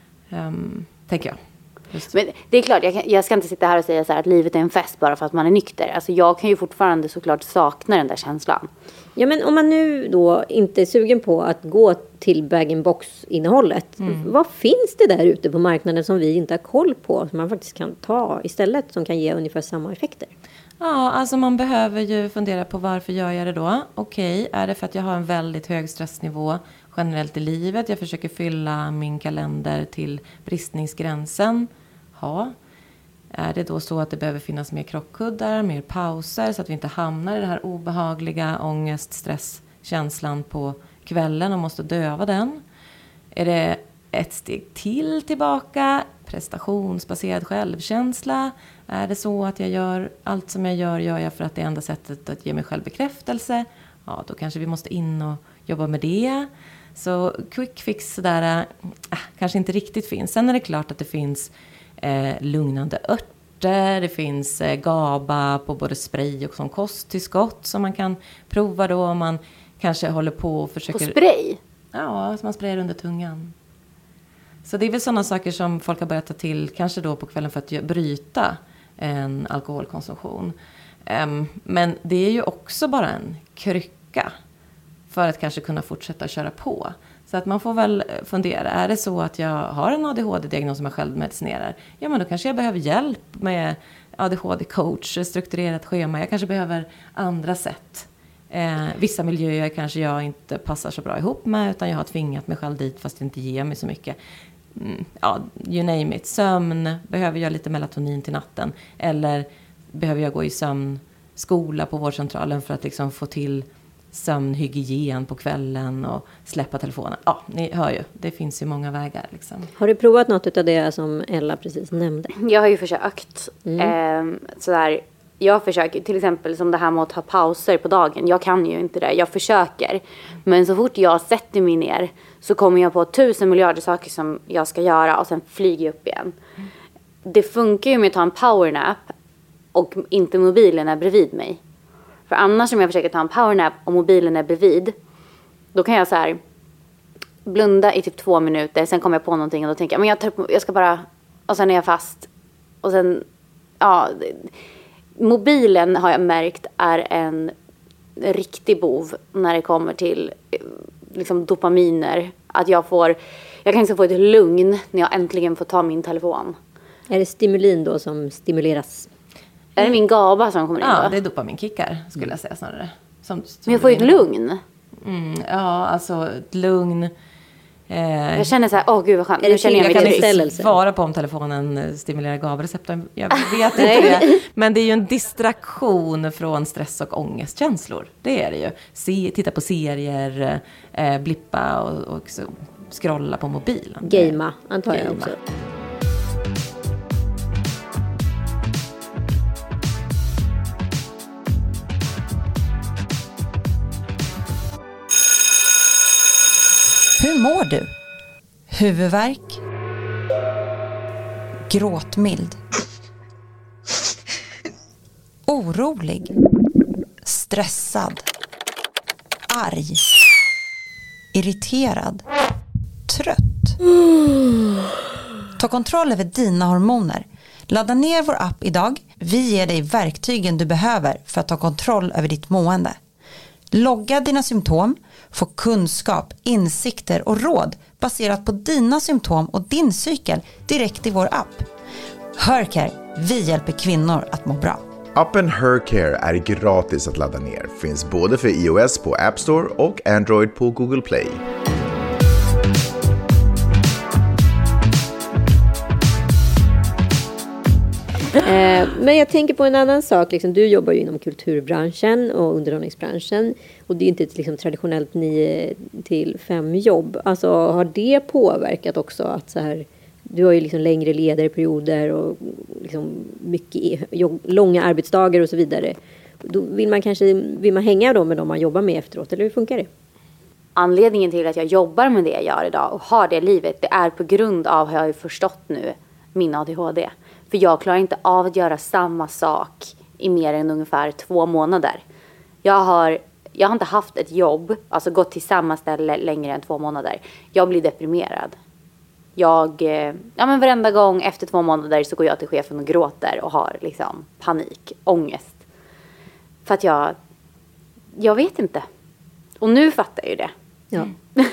tänker jag. Just. Men det är klart, jag ska inte sitta här och säga så här att livet är en fest bara för att man är nykter. Alltså jag kan ju fortfarande såklart sakna den där känslan. Ja, men om man nu då inte är sugen på att gå till bag-in-box-innehållet. Vad finns det där ute på marknaden som vi inte har koll på? Som man faktiskt kan ta istället, som kan ge ungefär samma effekter? Ja, alltså man behöver ju fundera på varför gör jag det då? Okej, är det för att jag har en väldigt hög stressnivå generellt i livet? Jag försöker fylla min kalender till bristningsgränsen. Ja. Är det då så att det behöver finnas mer krockkuddar, mer pauser så att vi inte hamnar i den här obehagliga ångest, stresskänslan på kvällen och måste döva den? Är det ett steg tillbaka, prestationsbaserad självkänsla? Är det så att jag gör allt som jag gör jag för att det är enda sättet att ge mig självbekräftelse? Ja, då kanske vi måste in och jobba med det. Så quick fix där kanske inte riktigt finns. Sen är det klart att det finns lugnande örter. Det finns GABA på både spray och som kosttillskott som man kan prova då om man kanske håller på och försöker... På spray? Ja, som man sprayar under tungan. Så det är väl sådana saker som folk har börjat ta till kanske då på kvällen för att bryta en alkoholkonsumtion. Men det är ju också bara en krycka för att kanske kunna fortsätta köra på. Så att man får väl fundera, är det så att jag har en ADHD-diagnos som jag själv medicinerar? Ja, men då kanske jag behöver hjälp med ADHD-coach, strukturerat schema. Jag kanske behöver andra sätt. Vissa miljöer kanske jag inte passar så bra ihop med, utan jag har tvingat mig själv dit fast det inte ger mig så mycket. You name it. Sömn, behöver jag lite melatonin till natten? Eller behöver jag gå i sömnskola på vårdcentralen för att liksom få till sömnhygien på kvällen och släppa telefonen? Ja, ni hör ju. Det finns ju många vägar. Liksom. Har du provat något av det som Ella precis nämnde? Jag har ju försökt. Sådär. Jag försöker, till exempel som det här med att ta pauser på dagen. Jag kan ju inte det, jag försöker. Men så fort jag sätter mig ner så kommer jag på 1000 miljarder saker som jag ska göra och sen flyger jag upp igen. Det funkar ju med att ta en powernap och inte mobilen är bredvid mig. För annars om jag försöker ta en powernap och mobilen är bredvid, då kan jag så här blunda i typ 2 minuter. Sen kommer jag på någonting och då tänker jag, men jag ska bara, och sen är jag fast. Och sen, mobilen har jag märkt är en riktig bov när det kommer till liksom dopaminer. Att jag kan liksom få ett lugn när jag äntligen får ta min telefon. Är det stimulin då som stimuleras? Är det min GABA som kommer in då? Ja, det är dopaminkickar skulle jag säga snarare. Som men jag får ju ett lugn. Ja, alltså ett lugn. Jag känner så här, gud vad skönt. Nu känner jag kan inte svara på om telefonen stimulerar GABA-receptorn. Jag vet inte det. Men det är ju en distraktion från stress och ångestkänslor. Det är det ju. Titta på serier, blippa och scrolla på mobilen. Gamea, antar jag också. Hur mår du? Huvudvärk? Gråtmild? Orolig? Stressad? Arg? Irriterad? Trött? Ta kontroll över dina hormoner. Ladda ner vår app idag. Vi ger dig verktygen du behöver för att ta kontroll över ditt mående. Logga dina symptom, få kunskap, insikter och råd baserat på dina symptom och din cykel direkt i vår app. Hercare, vi hjälper kvinnor att må bra. Appen Hercare är gratis att ladda ner. Finns både för iOS på App Store och Android på Google Play. Men jag tänker på en annan sak. Liksom, du jobbar ju inom kulturbranschen och underhållningsbranschen. Och det är inte ett liksom, traditionellt 9-5 jobb. Alltså, har det påverkat också att så här, du har ju liksom längre ledarperioder och liksom mycket långa arbetsdagar och så vidare. Då vill man hänga då med dem man jobbar med efteråt, eller hur funkar det? Anledningen till att jag jobbar med det jag gör idag och har det livet, det är på grund av hur jag har förstått nu min ADHD. För jag klarar inte av att göra samma sak i mer än ungefär 2 månader. Jag har inte haft ett jobb, alltså gått till samma ställe längre än 2 månader. Jag blir deprimerad. Men varenda gång efter 2 månader så går jag till chefen och gråter och har liksom panik, ångest. För att jag vet inte. Och nu fattar jag ju det. Ja.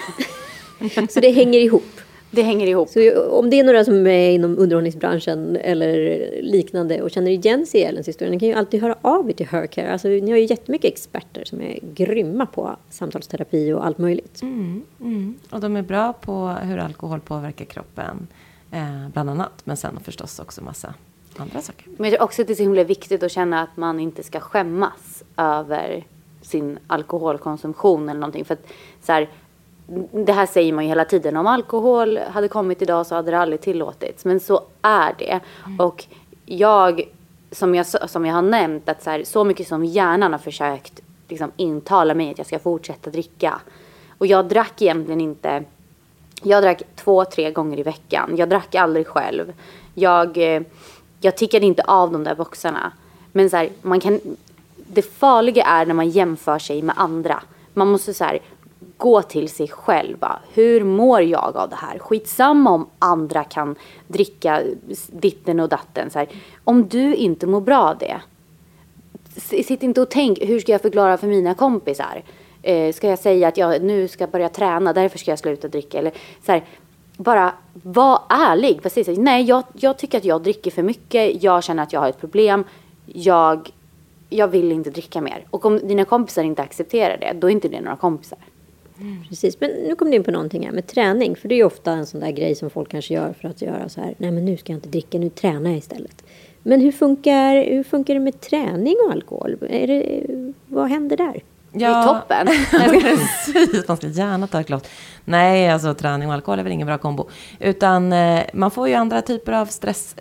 Så det hänger ihop. Det hänger ihop. Så om det är några som är inom underhållningsbranschen eller liknande och känner igen sig i Ellens historia, ni kan ju alltid höra av er till Hercare. Alltså, ni har ju jättemycket experter som är grymma på samtalsterapi och allt möjligt. Och de är bra på hur alkohol påverkar kroppen, bland annat. Men sen förstås också massa andra saker. Men jag tror också att det är så himla viktigt att känna att man inte ska skämmas över sin alkoholkonsumtion eller någonting. För att så här, det här säger man ju hela tiden. Om alkohol hade kommit idag så hade det aldrig tillåtits. Men så är det. Och som jag har nämnt, att så mycket som hjärnan har försökt liksom intala mig att jag ska fortsätta dricka. Och jag drack egentligen inte. Jag drack 2-3 gånger i veckan. Jag drack aldrig själv. Jag tickade inte av de där boxarna. Men det farliga är när man jämför sig med andra. Man måste gå till sig själv. Hur mår jag av det här? Skitsamma om andra kan dricka ditten och datten. Om du inte mår bra av det. Sitt inte och tänk, hur ska jag förklara för mina kompisar? Ska jag säga att jag nu ska börja träna, därför ska jag sluta dricka? Eller bara var ärlig. Precis. Nej, jag tycker att jag dricker för mycket. Jag känner att jag har ett problem. Jag vill inte dricka mer. Och om dina kompisar inte accepterar det, då är inte det några kompisar. Precis, men nu kom du in på någonting här med träning. För det är ju ofta en sån där grej som folk kanske gör för att göra så här. Nej, men nu ska jag inte dricka, nu tränar jag istället. Men hur funkar det med träning och alkohol? Vad händer där? Det är toppen. Precis, man ska gärna ta ett glas. Nej, alltså träning och alkohol är väl ingen bra kombo. Utan man får ju andra typer av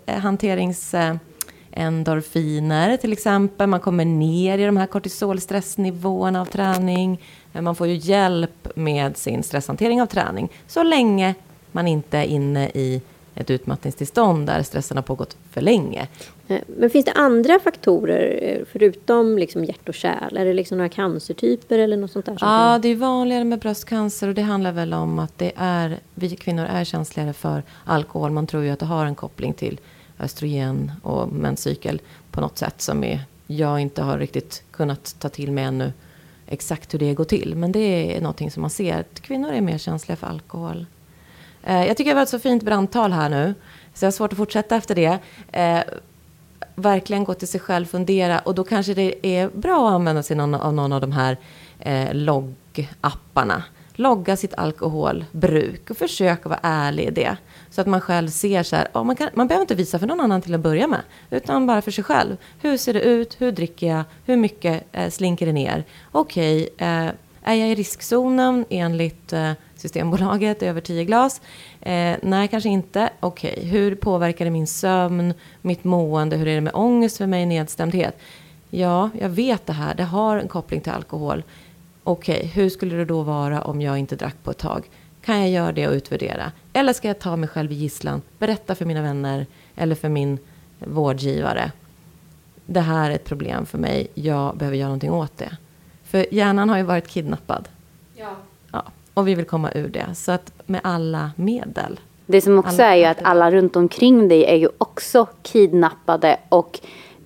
stresshanteringsendorfiner till exempel. Man kommer ner i de här kortisolstressnivåerna av träning. Man får ju hjälp med sin stresshantering av träning. Så länge man inte är inne i ett utmattningstillstånd där stressen har pågått för länge. Men finns det andra faktorer förutom liksom hjärt och kärl? Är det liksom några cancertyper eller något sånt där? Ja, det är vanligare med bröstcancer och det handlar väl om att vi kvinnor är känsligare för alkohol. Man tror ju att det har en koppling till östrogen och menscykel på något sätt som jag inte har riktigt kunnat ta till mig ännu exakt hur det går till. Men det är någonting som man ser att kvinnor är mer känsliga för alkohol. Jag tycker det var ett så fint brandtal här nu. Så jag har svårt att fortsätta efter det. Verkligen gå till sig själv, fundera. Och då kanske det är bra att använda sig av någon av de här loggapparna. Logga sitt alkoholbruk och försöka vara ärlig i det. Så att man själv ser så här. Man behöver inte visa för någon annan till att börja med. Utan bara för sig själv. Hur ser det ut? Hur dricker jag? Hur mycket slinker det ner? Okej, är jag i riskzonen enligt Systembolaget över 10 glas? Nej, kanske inte. Okej, hur påverkar det min sömn, mitt mående? Hur är det med ångest för mig, nedstämdhet? Ja, jag vet det här. Det har en koppling till alkohol. Okej, hur skulle det då vara om jag inte drack på ett tag? Kan jag göra det och utvärdera? Eller ska jag ta mig själv i gisslan? Berätta för mina vänner eller för min vårdgivare. Det här är ett problem för mig. Jag behöver göra någonting åt det. För hjärnan har ju varit kidnappad. Ja. Och vi vill komma ur det. Så att med alla medel. Det som också är ju att alla runt omkring dig är ju också kidnappade. Och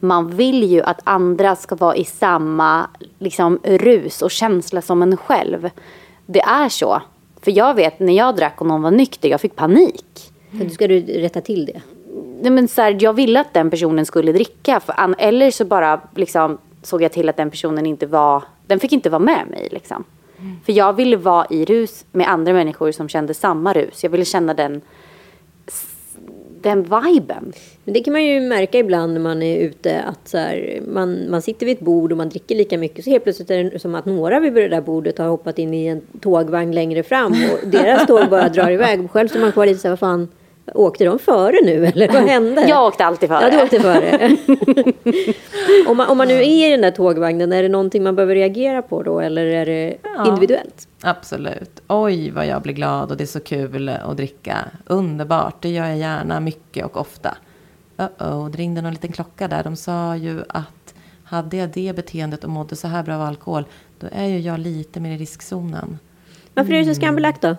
man vill ju att andra ska vara i samma liksom, rus och känsla som en själv. Det är så. För jag vet, när jag drack och någon var nykter, jag fick panik. Ska du rätta till det? Nej, men så här, jag ville att den personen skulle dricka. Eller så bara liksom, såg jag till att den personen den fick inte vara med mig. Liksom. För jag ville vara i rus med andra människor som kände samma rus. Jag ville känna den viben. Men det kan man ju märka ibland när man är ute att så här, man sitter vid ett bord och man dricker lika mycket, så helt plötsligt är det som att några vid det där bordet har hoppat in i en tågvagn längre fram och deras tåg bara drar iväg. Och själv så man kvar lite så här, vad fan, åkte de före nu eller vad hände? Jag åkte alltid före. Ja, du åkte före. om man nu är i den där tågvagnen, är det någonting man behöver reagera på då eller är det individuellt? Absolut. Oj, vad jag blir glad och det är så kul att dricka. Underbart, det gör jag gärna mycket och ofta. Det ringde någon liten klocka där. De sa ju att hade jag det beteendet och mådde så här bra av alkohol, då är ju jag lite mer i riskzonen. Varför är det så skambelagt då?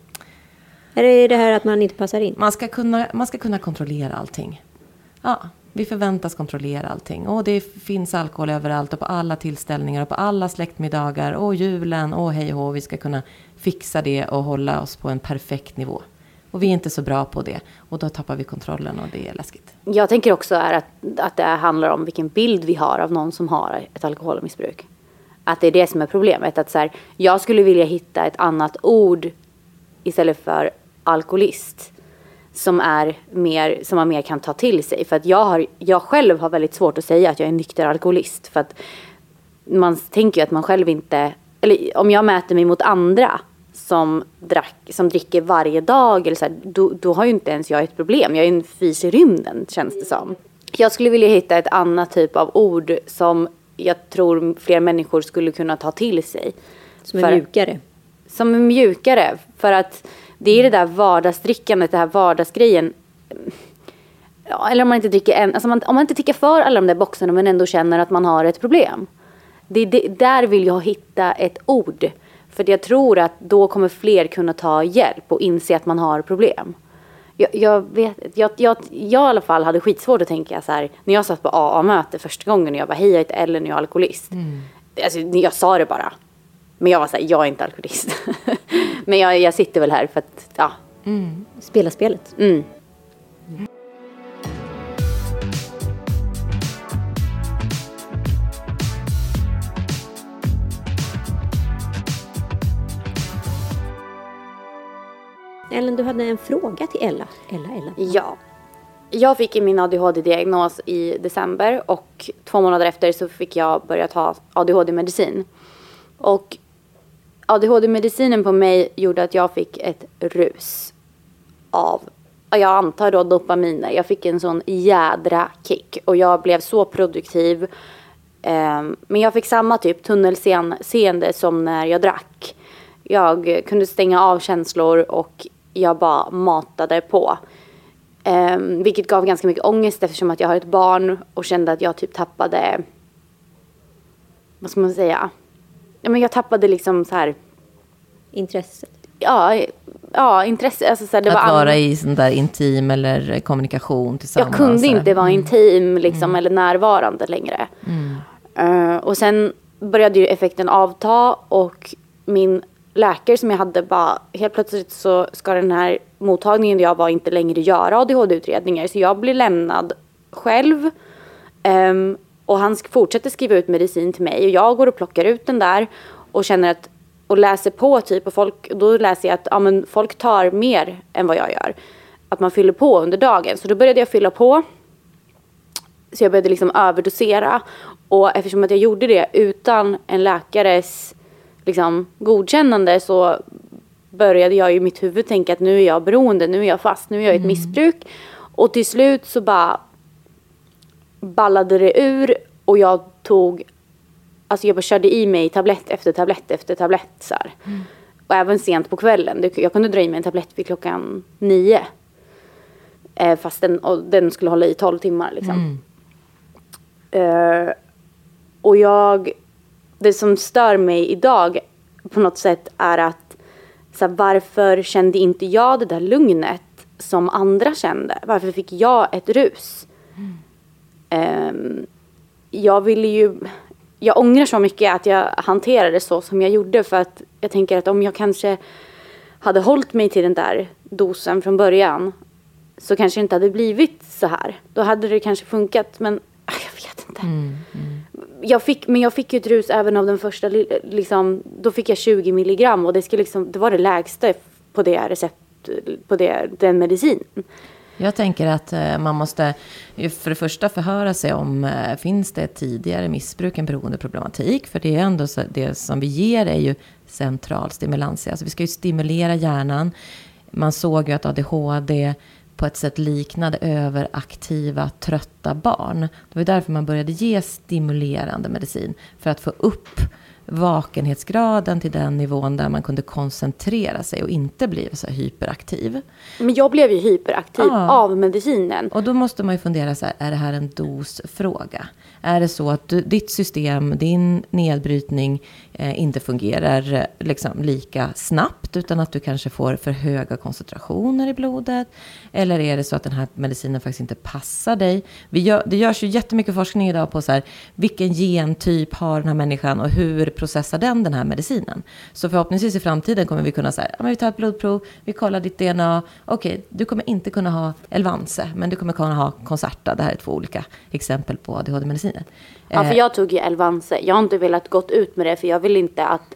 Är det här att man inte passar in? Man ska kunna kontrollera allting. Ja, vi förväntas kontrollera allting. Och det finns alkohol överallt och på alla tillställningar och på alla släktmiddagar och julen och hej och hå. Vi ska kunna fixa det och hålla oss på en perfekt nivå. Och vi är inte så bra på det. Och då tappar vi kontrollen och det är läskigt. Jag tänker också att det handlar om vilken bild vi har av någon som har ett alkoholmissbruk. Att det är det som är problemet. Att så här, jag skulle vilja hitta ett annat ord istället för alkoholist som man mer kan ta till sig. För att jag själv har väldigt svårt att säga att jag är nykter alkoholist. För att man tänker ju att man själv inte... Eller om jag mäter mig mot andra som dricker varje dag eller så här, då har ju inte ens jag ett problem. Jag är en fys i rymden, känns det som. Jag skulle vilja hitta ett annat typ av ord som jag tror fler människor skulle kunna ta till sig. Som är mjukare. Som är mjukare. För att det är det där vardagsdrickandet, det här vardagsgrejen. Ja, eller om man inte dricker om man inte tickar för alla de där boxarna men ändå känner att man har ett problem. Där vill jag hitta ett ord. För jag tror att då kommer fler kunna ta hjälp och inse att man har problem. Jag i alla fall hade skitsvårt att tänka så här. När jag satt på AA-möte första gången och jag bara, hej jag heter Ellen och jag är alkoholist. Alltså, jag sa det bara. Men jag var så här, jag är inte alkoholist. Men jag sitter väl här för att, ja. Spela spelet. Ellen, du hade en fråga till Ella. Ja. Jag fick min ADHD-diagnos i december och 2 månader efter så fick jag börja ta ADHD-medicin. Och ADHD-medicinen på mig gjorde att jag fick ett rus av, jag antar då dopaminer. Jag fick en sån jädra kick och jag blev så produktiv. Men jag fick samma typ tunnelseende som när jag drack. Jag kunde stänga av känslor och jag bara matade på. Vilket gav ganska mycket ångest eftersom att jag har ett barn och kände att jag typ tappade, vad ska man säga? Ja, men jag tappade liksom så här intresset. Ja, intresse. Alltså, så här, det att var vara i sån där intim eller kommunikation tillsammans. Jag kunde inte vara intim liksom, eller närvarande längre. Och sen började ju effekten avta och min läkare som jag hade bara, helt plötsligt så ska den här mottagningen där jag var inte längre göra ADHD-utredningar. Så jag blir lämnad själv. Och han fortsätter skriva ut medicin till mig. Och jag går och plockar ut den där och känner att, och läser på typ. Och då läser jag att men folk tar mer än vad jag gör. Att man fyller på under dagen. Så då började jag fylla på. Så jag började liksom överdosera. Och eftersom att jag gjorde det utan en läkares liksom godkännande så började jag i mitt huvud tänka att nu är jag beroende, nu är jag fast, nu är jag i ett missbruk. Och till slut så bara ballade det ur och jag bara körde i mig tablett efter tablett efter tablett så här. Och även sent på kvällen. Jag kunde dra i mig en tablett vid 9. Fast den skulle hålla i 12 timmar liksom. Och det som stör mig idag på något sätt är att så här, varför kände inte jag det där lugnet som andra kände? Varför fick jag ett rus? jag ångrar så mycket att jag hanterade det så som jag gjorde, för att jag tänker att om jag kanske hade hållit mig till den där dosen från början så kanske det inte hade blivit så här. Då hade det kanske funkat, men jag vet inte. Jag fick ju ett rus även av den första, liksom, då fick jag 20 milligram och det var det lägsta på det recept, på den medicinen. Jag tänker att man måste för det första förhöra sig om finns det tidigare missbruk, en beroendeproblematik. För det är ändå så, det som vi ger är ju central stimulans. Alltså vi ska ju stimulera hjärnan. Man såg ju att ADHD på ett sätt liknade överaktiva, trötta barn. Det var därför man började ge stimulerande medicin. För att få upp vakenhetsgraden till den nivån där man kunde koncentrera sig och inte bli så här hyperaktiv. Men jag blev ju hyperaktiv av medicinen. Och då måste man ju fundera så här, är det här en dosfråga? Är det så att ditt system, din nedbrytning inte fungerar liksom lika snabbt, utan att du kanske får för höga koncentrationer i blodet? Eller är det så att den här medicinen faktiskt inte passar dig? Det görs ju jättemycket forskning idag på så här, vilken gentyp har den här människan och hur processar den här medicinen? Så förhoppningsvis i framtiden kommer vi kunna säga, vi tar ett blodprov, vi kollar ditt DNA. Okej, du kommer inte kunna ha Elvanse, men du kommer kunna ha Concerta. Det här är 2 olika exempel på ADHD-mediciner. Ja, för jag tog ju Elvanse. Jag har inte velat gått ut med det, för jag vill inte att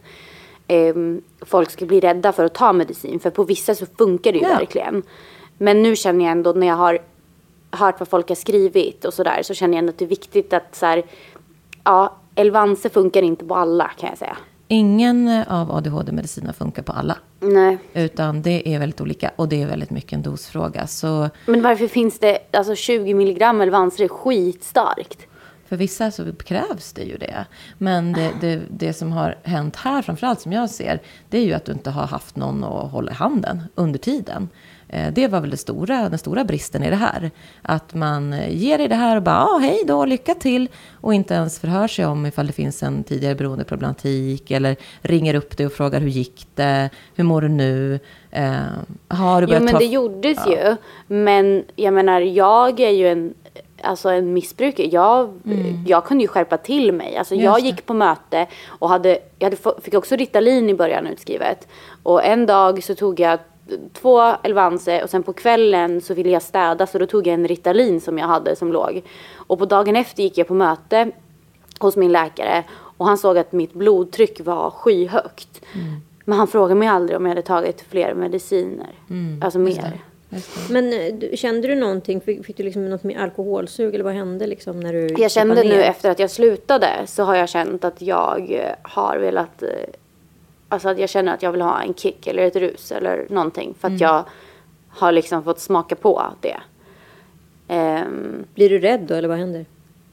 folk ska bli rädda för att ta medicin. För på vissa så funkar det ju verkligen. Men nu känner jag ändå, när jag har hört vad folk har skrivit och sådär, så känner jag ändå att det är viktigt att så här, Elvanse funkar inte på alla, kan jag säga. Ingen av ADHD-mediciner funkar på alla. Nej. Utan det är väldigt olika, och det är väldigt mycket en dosfråga. Så men varför finns det, 20 milligram Elvanse är skitstarkt? för vissa så krävs det ju det. Men det som har hänt här, framförallt som jag ser, det är ju att du inte har haft någon att hålla i handen under tiden. Det var väl den stora bristen i det här. Att man ger dig det här och bara, hej då, lycka till. Och inte ens förhör sig om ifall det finns en tidigare beroendeproblematik. Eller ringer upp dig och frågar, hur gick det? Hur mår du nu? Har du börjat det gjordes ju. Men jag menar, jag är ju en missbrukare. Jag kunde ju skärpa till mig. Alltså, jag gick på möte och fick också Ritalin i början utskrivet. Och en dag så tog jag 2 Elvanse och sen på kvällen så ville jag städa, så då tog jag en Ritalin som jag hade som låg. Och på dagen efter gick jag på möte hos min läkare och han såg att mitt blodtryck var skyhögt. Men han frågade mig aldrig om jag hade tagit fler mediciner. Alltså mer. Men kände du någonting? Fick du liksom något med alkoholsug, eller vad hände liksom när du... Jag kände nu efter att jag slutade, så har jag känt att jag har velat... Alltså att jag känner att jag vill ha en kick eller ett rus eller någonting. För att jag har liksom fått smaka på det. Blir du rädd då, eller vad händer?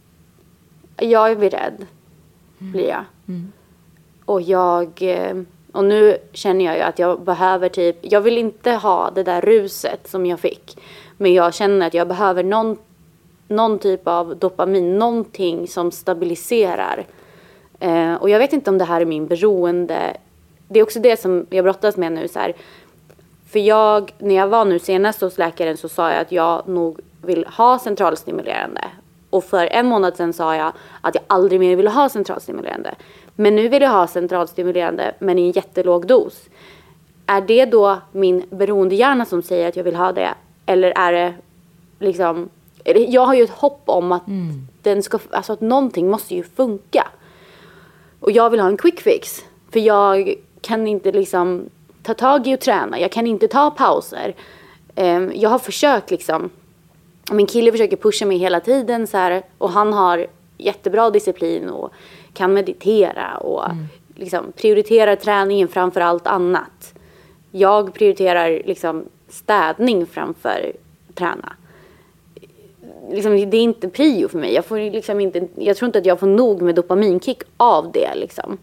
Jag blir rädd. Blir jag. Och nu känner jag ju att jag behöver jag vill inte ha det där ruset som jag fick. Men jag känner att jag behöver någon typ av dopamin. Någonting som stabiliserar. Och jag vet inte om det här är min beroende. Det är också det som jag brottas med nu. Så här. För när jag var nu senast hos läkaren, så sa jag att jag nog vill ha centralstimulerande. Och för 1 månad sedan sa jag att jag aldrig mer vill ha centralstimulerande. Men nu vill jag ha centralstimulerande, men i en jättelåg dos. Är det då min beroendehjärna som säger att jag vill ha det? Eller är det liksom... Jag har ju ett hopp om att att någonting måste ju funka. Och jag vill ha en quick fix. För jag kan inte liksom ta tag i och träna. Jag kan inte ta pauser. Jag har försökt liksom. Min kille försöker pusha mig hela tiden så här. Och han har jättebra disciplin och kan meditera. Och liksom prioriterar träningen framför allt annat. Jag prioriterar liksom städning framför träna. Liksom, det är inte prio för mig. Jag tror inte att jag får nog med dopaminkick av det liksom.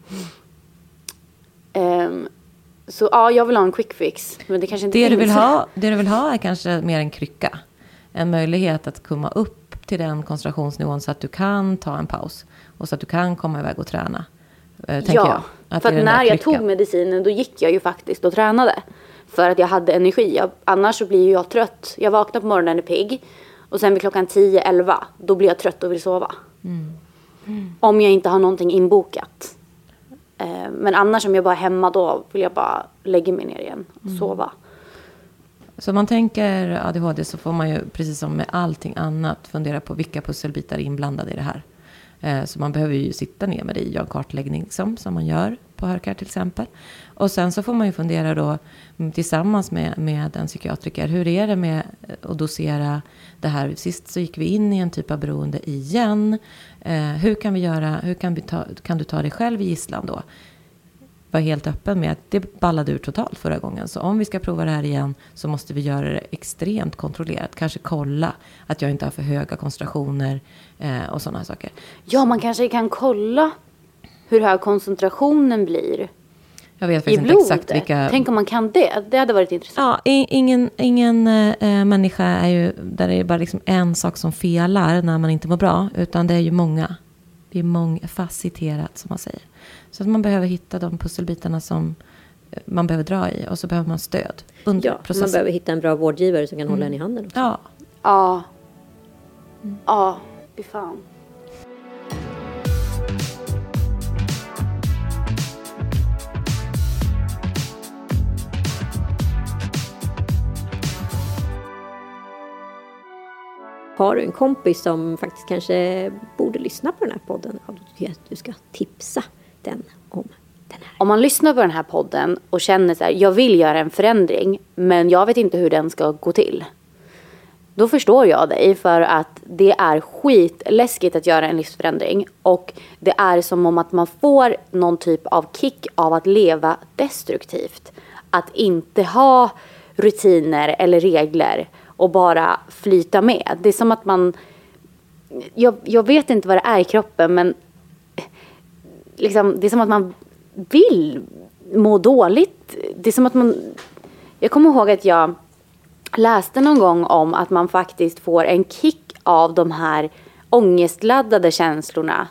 Så jag vill ha en quick fix, men det kanske inte det du vill ha är kanske mer en krycka. En möjlighet att komma upp till den koncentrationsnivån så att du kan ta en paus och så att du kan komma iväg och träna. Tänker jag. För att när jag tog medicinen, då gick jag ju faktiskt och tränade. För att jag hade energi. Annars så blir jag trött. Jag vaknar på morgonen är pigg. Och sen vid klockan 10-11, då blir jag trött och vill sova. Om jag inte har någonting inbokat. Men annars om jag bara är hemma, då vill jag bara lägga mig ner igen och sova. Så om man tänker ADHD så får man ju, precis som med allting annat, fundera på vilka pusselbitar är inblandade i det här. Så man behöver ju sitta ner med det i en kartläggning som man gör på Hörcare till exempel. Och sen så får man ju fundera då tillsammans med en psykiatriker. Hur är det med att dosera det här? Sist så gick vi in i en typ av beroende igen. Hur kan vi göra? Kan du ta dig själv i gisslan då? Var helt öppen med att det ballade ur totalt förra gången. Så om vi ska prova det här igen så måste vi göra det extremt kontrollerat. Kanske kolla att jag inte har för höga koncentrationer och sådana saker. Ja, man kanske kan kolla hur hög koncentrationen blir. Jag vet i faktiskt blodet. inte exakt vilka... Tänk om man kan det. Det hade varit intressant. Ja, ingen människa är ju... Där det är bara liksom en sak som felar när man inte mår bra. Utan det är ju många. Det är mångfacetterat som man säger. Så att man behöver hitta de pusselbitarna som man behöver dra i. Och så behöver man stöd under processen. Man behöver hitta en bra vårdgivare som kan hålla en i handen också. Ja. Ja. Ja, fy fan. Har du en kompis som faktiskt kanske borde lyssna på den här podden? Ja, då tycker jag att du ska tipsa den om den här. Om man lyssnar på den här podden och känner så här, jag vill göra en förändring, men jag vet inte hur den ska gå till. Då förstår jag dig, för att det är skitläskigt att göra en livsförändring. Och det är som om att man får någon typ av kick av att leva destruktivt. Att inte ha rutiner eller regler och bara flyta med. Det är som att man... Jag vet inte vad det är i kroppen, men liksom, det är som att man vill må dåligt. Det är som att man... Jag kommer ihåg att jag läste någon gång om att man faktiskt får en kick av de här ångestladdade känslorna.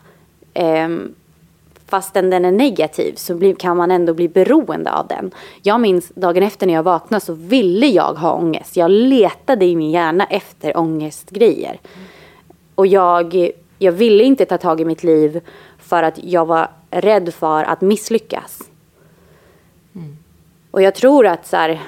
Fastän den är negativ så kan man ändå bli beroende av den. Jag minns dagen efter när jag vaknade så ville jag ha ångest. Jag letade i min hjärna efter ångestgrejer. Och jag ville inte ta tag i mitt liv för att jag var rädd för att misslyckas. Och jag tror att så här...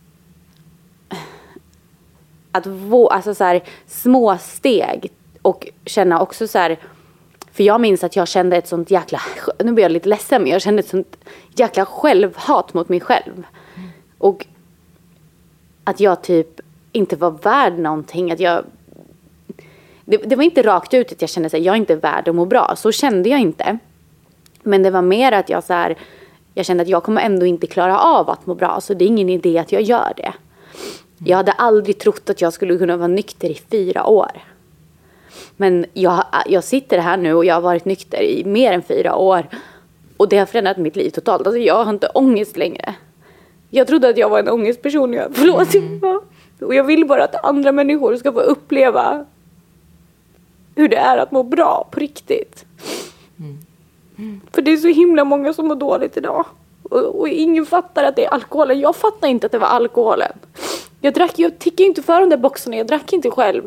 Alltså så här, små steg och känna också så här, för jag minns att jag kände ett sånt jäkla, nu blir jag lite ledsen, men jag kände ett sånt jäkla självhat mot mig själv. Och att jag typ inte var värd någonting, att jag det var inte rakt ut att jag kände att jag är inte värd att må bra, så kände jag inte. Men det var mer att jag så här, jag kände att jag kommer ändå inte klara av att må bra, så det är ingen idé att jag gör det. Jag hade aldrig trott att jag skulle kunna vara nykter i 4 år. Men jag sitter här nu och jag har varit nykter i mer än 4 år. Och det har förändrat mitt liv totalt. Alltså jag har inte ångest längre. Jag trodde att jag var en ångestperson. Förlåt. Och jag vill bara att andra människor ska få uppleva hur det är att må bra på riktigt. För det är så himla många som mår dåligt idag. Och ingen fattar att det är alkoholen. Jag fattar inte att det var alkoholen. Jag tickade inte för de där boxarna. Jag drack inte själv.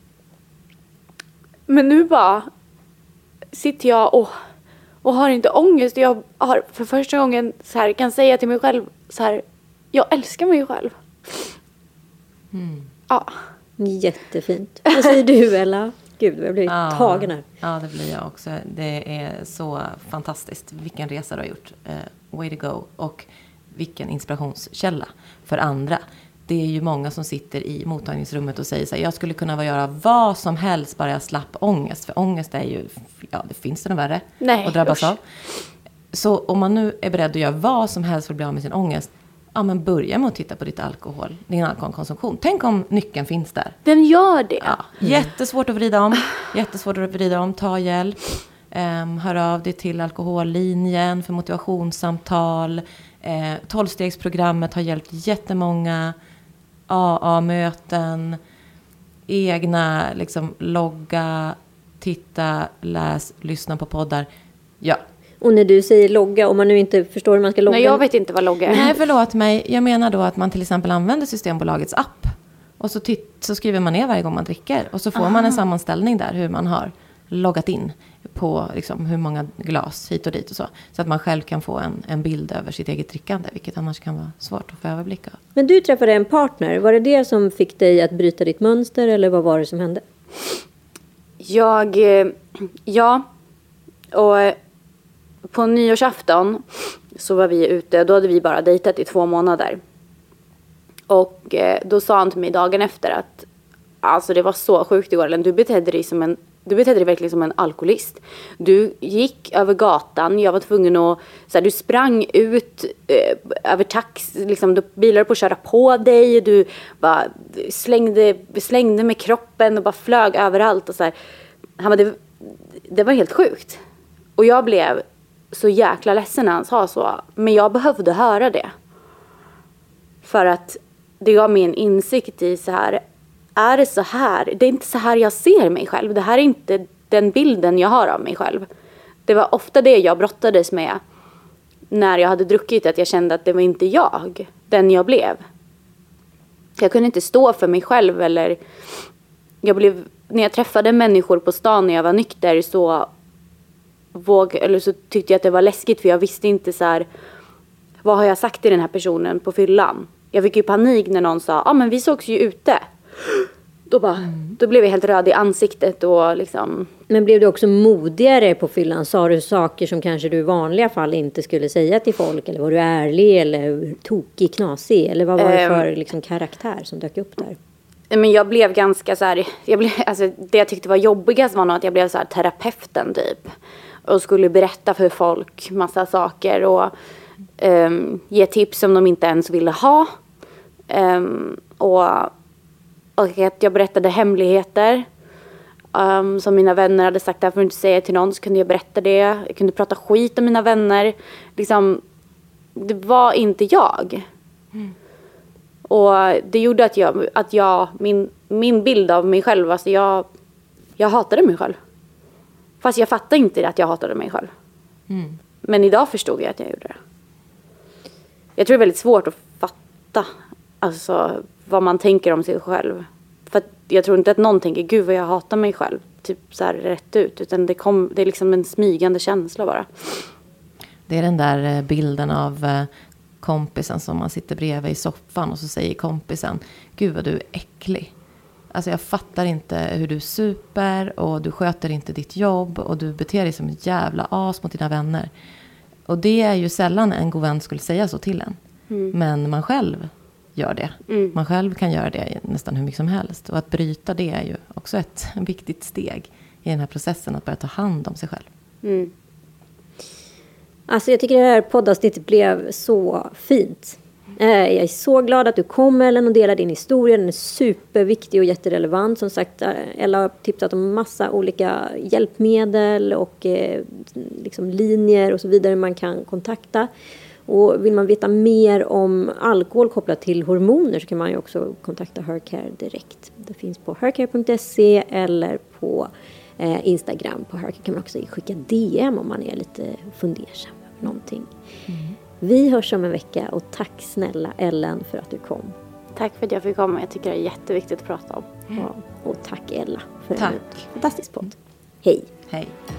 Men nu bara sitter jag och har inte ångest. Jag har för första gången så här, kan säga till mig själv så här, jag älskar mig själv. Ja. Jättefint. Vad säger du, Ella? Gud, jag blir tagen här. Ja, det blir jag också. Det är så fantastiskt. Vilken resa du har gjort. Way to go. Och vilken inspirationskälla för andra. Det är ju många som sitter i mottagningsrummet och säger så här, jag skulle kunna göra vad som helst bara jag slapp ångest. För ångest är ju, det finns det nog värre att drabbas av. Så om man nu är beredd att göra vad som helst för att bli av med sin ångest, ja men börja med att titta på din alkoholkonsumtion. Tänk om nyckeln finns där. Den gör det. Ja, jättesvårt att vrida om. Ta hjälp. Hör av dig till alkohollinjen för motivationssamtal. 12-stegsprogrammet har hjälpt jättemånga. AA-möten. Egna liksom, logga, titta, läs, lyssna på poddar. Ja. Och när du säger logga, om man nu inte förstår hur man ska logga. Nej, jag vet inte vad logga är. Nej, förlåt mig. Jag menar då att man till exempel använder Systembolagets app. Och så skriver man ner varje gång man dricker. Och så får man en sammanställning där hur man har loggat in på liksom, hur många glas hit och dit och så. Så att man själv kan få en bild över sitt eget drickande. Vilket annars kan vara svårt att få överblick av. Men du träffade en partner. Var det som fick dig att bryta ditt mönster? Eller vad var det som hände? Ja. Och på nyårsafton så var vi ute. Då hade vi bara dejtat i 2 månader. Och då sa han till mig dagen efter att alltså det var så sjukt igår. Du betedde dig verkligen som en alkoholist. Du gick över gatan. Jag var tvungen att... Så här, du sprang ut över taxi. Liksom, bilar på att köra på dig. Du bara slängde med kroppen och bara flög överallt. Och så här. Han bara, det var helt sjukt. Och jag blev så jäkla ledsen när han sa så. Men jag behövde höra det. För att det gav mig en insikt i så här... Är det så här? Det är inte så här jag ser mig själv. Det här är inte den bilden jag har av mig själv. Det var ofta det jag brottades med när jag hade druckit. Att jag kände att det var inte jag, den jag blev. Jag kunde inte stå för mig själv. Eller när jag träffade människor på stan när jag var nykter så tyckte jag att det var läskigt. För jag visste inte så här, vad har jag sagt till den här personen på fyllan? Jag fick ju panik när någon sa, men vi sågs ju ute. Då blev jag helt röd i ansiktet och liksom... Men blev du också modigare på fyllan? Sa du saker som kanske du i vanliga fall inte skulle säga till folk? Eller var du ärlig eller tokig, knasig? Eller vad var det för liksom, karaktär som dök upp där? Men jag blev ganska så här... det jag tyckte var jobbigast var nog att jag blev så här terapeuten typ. Och skulle berätta för folk massa saker och ge tips som de inte ens ville ha. Och att jag berättade hemligheter som mina vänner hade sagt att jag får inte säga till någon, så kunde jag berätta det. Jag kunde prata skit om mina vänner. Liksom, det var inte jag. Och det gjorde att min bild av mig själv, alltså jag hatade mig själv. Fast jag fattade inte att jag hatade mig själv. Men idag förstod jag att jag gjorde det. Jag tror det är väldigt svårt att fatta alltså vad man tänker om sig själv. För att jag tror inte att någon tänker, gud vad jag hatar mig själv. Typ så här rätt ut. Utan det är liksom en smygande känsla bara. Det är den där bilden av kompisen som man sitter bredvid i soffan. Och så säger kompisen, gud vad du är äcklig. Alltså jag fattar inte hur du super. Och du sköter inte ditt jobb. Och du beter dig som en jävla as mot dina vänner. Och det är ju sällan en god vän skulle säga så till en. Men man själv gör det. Man själv kan göra det nästan hur mycket som helst. Och att bryta det är ju också ett viktigt steg i den här processen. Att börja ta hand om sig själv. Alltså jag tycker det här poddavsnittet blev så fint. Jag är så glad att du kom, Ellen, och delar din historia. Den är superviktig och jätterelevant. Som sagt, Ella har tipsat om massa olika hjälpmedel och liksom linjer och så vidare man kan kontakta. Och vill man veta mer om alkohol kopplat till hormoner så kan man ju också kontakta Hercare direkt. Det finns på hercare.se eller på Instagram. På Hercare kan man också skicka DM om man är lite fundersam över någonting. Vi hörs om en vecka och tack snälla Ellen för att du kom. Tack för att jag fick komma. Jag tycker det är jätteviktigt att prata om. Ja, och tack Ella för Tack. en fantastisk podd. Hej. Hej.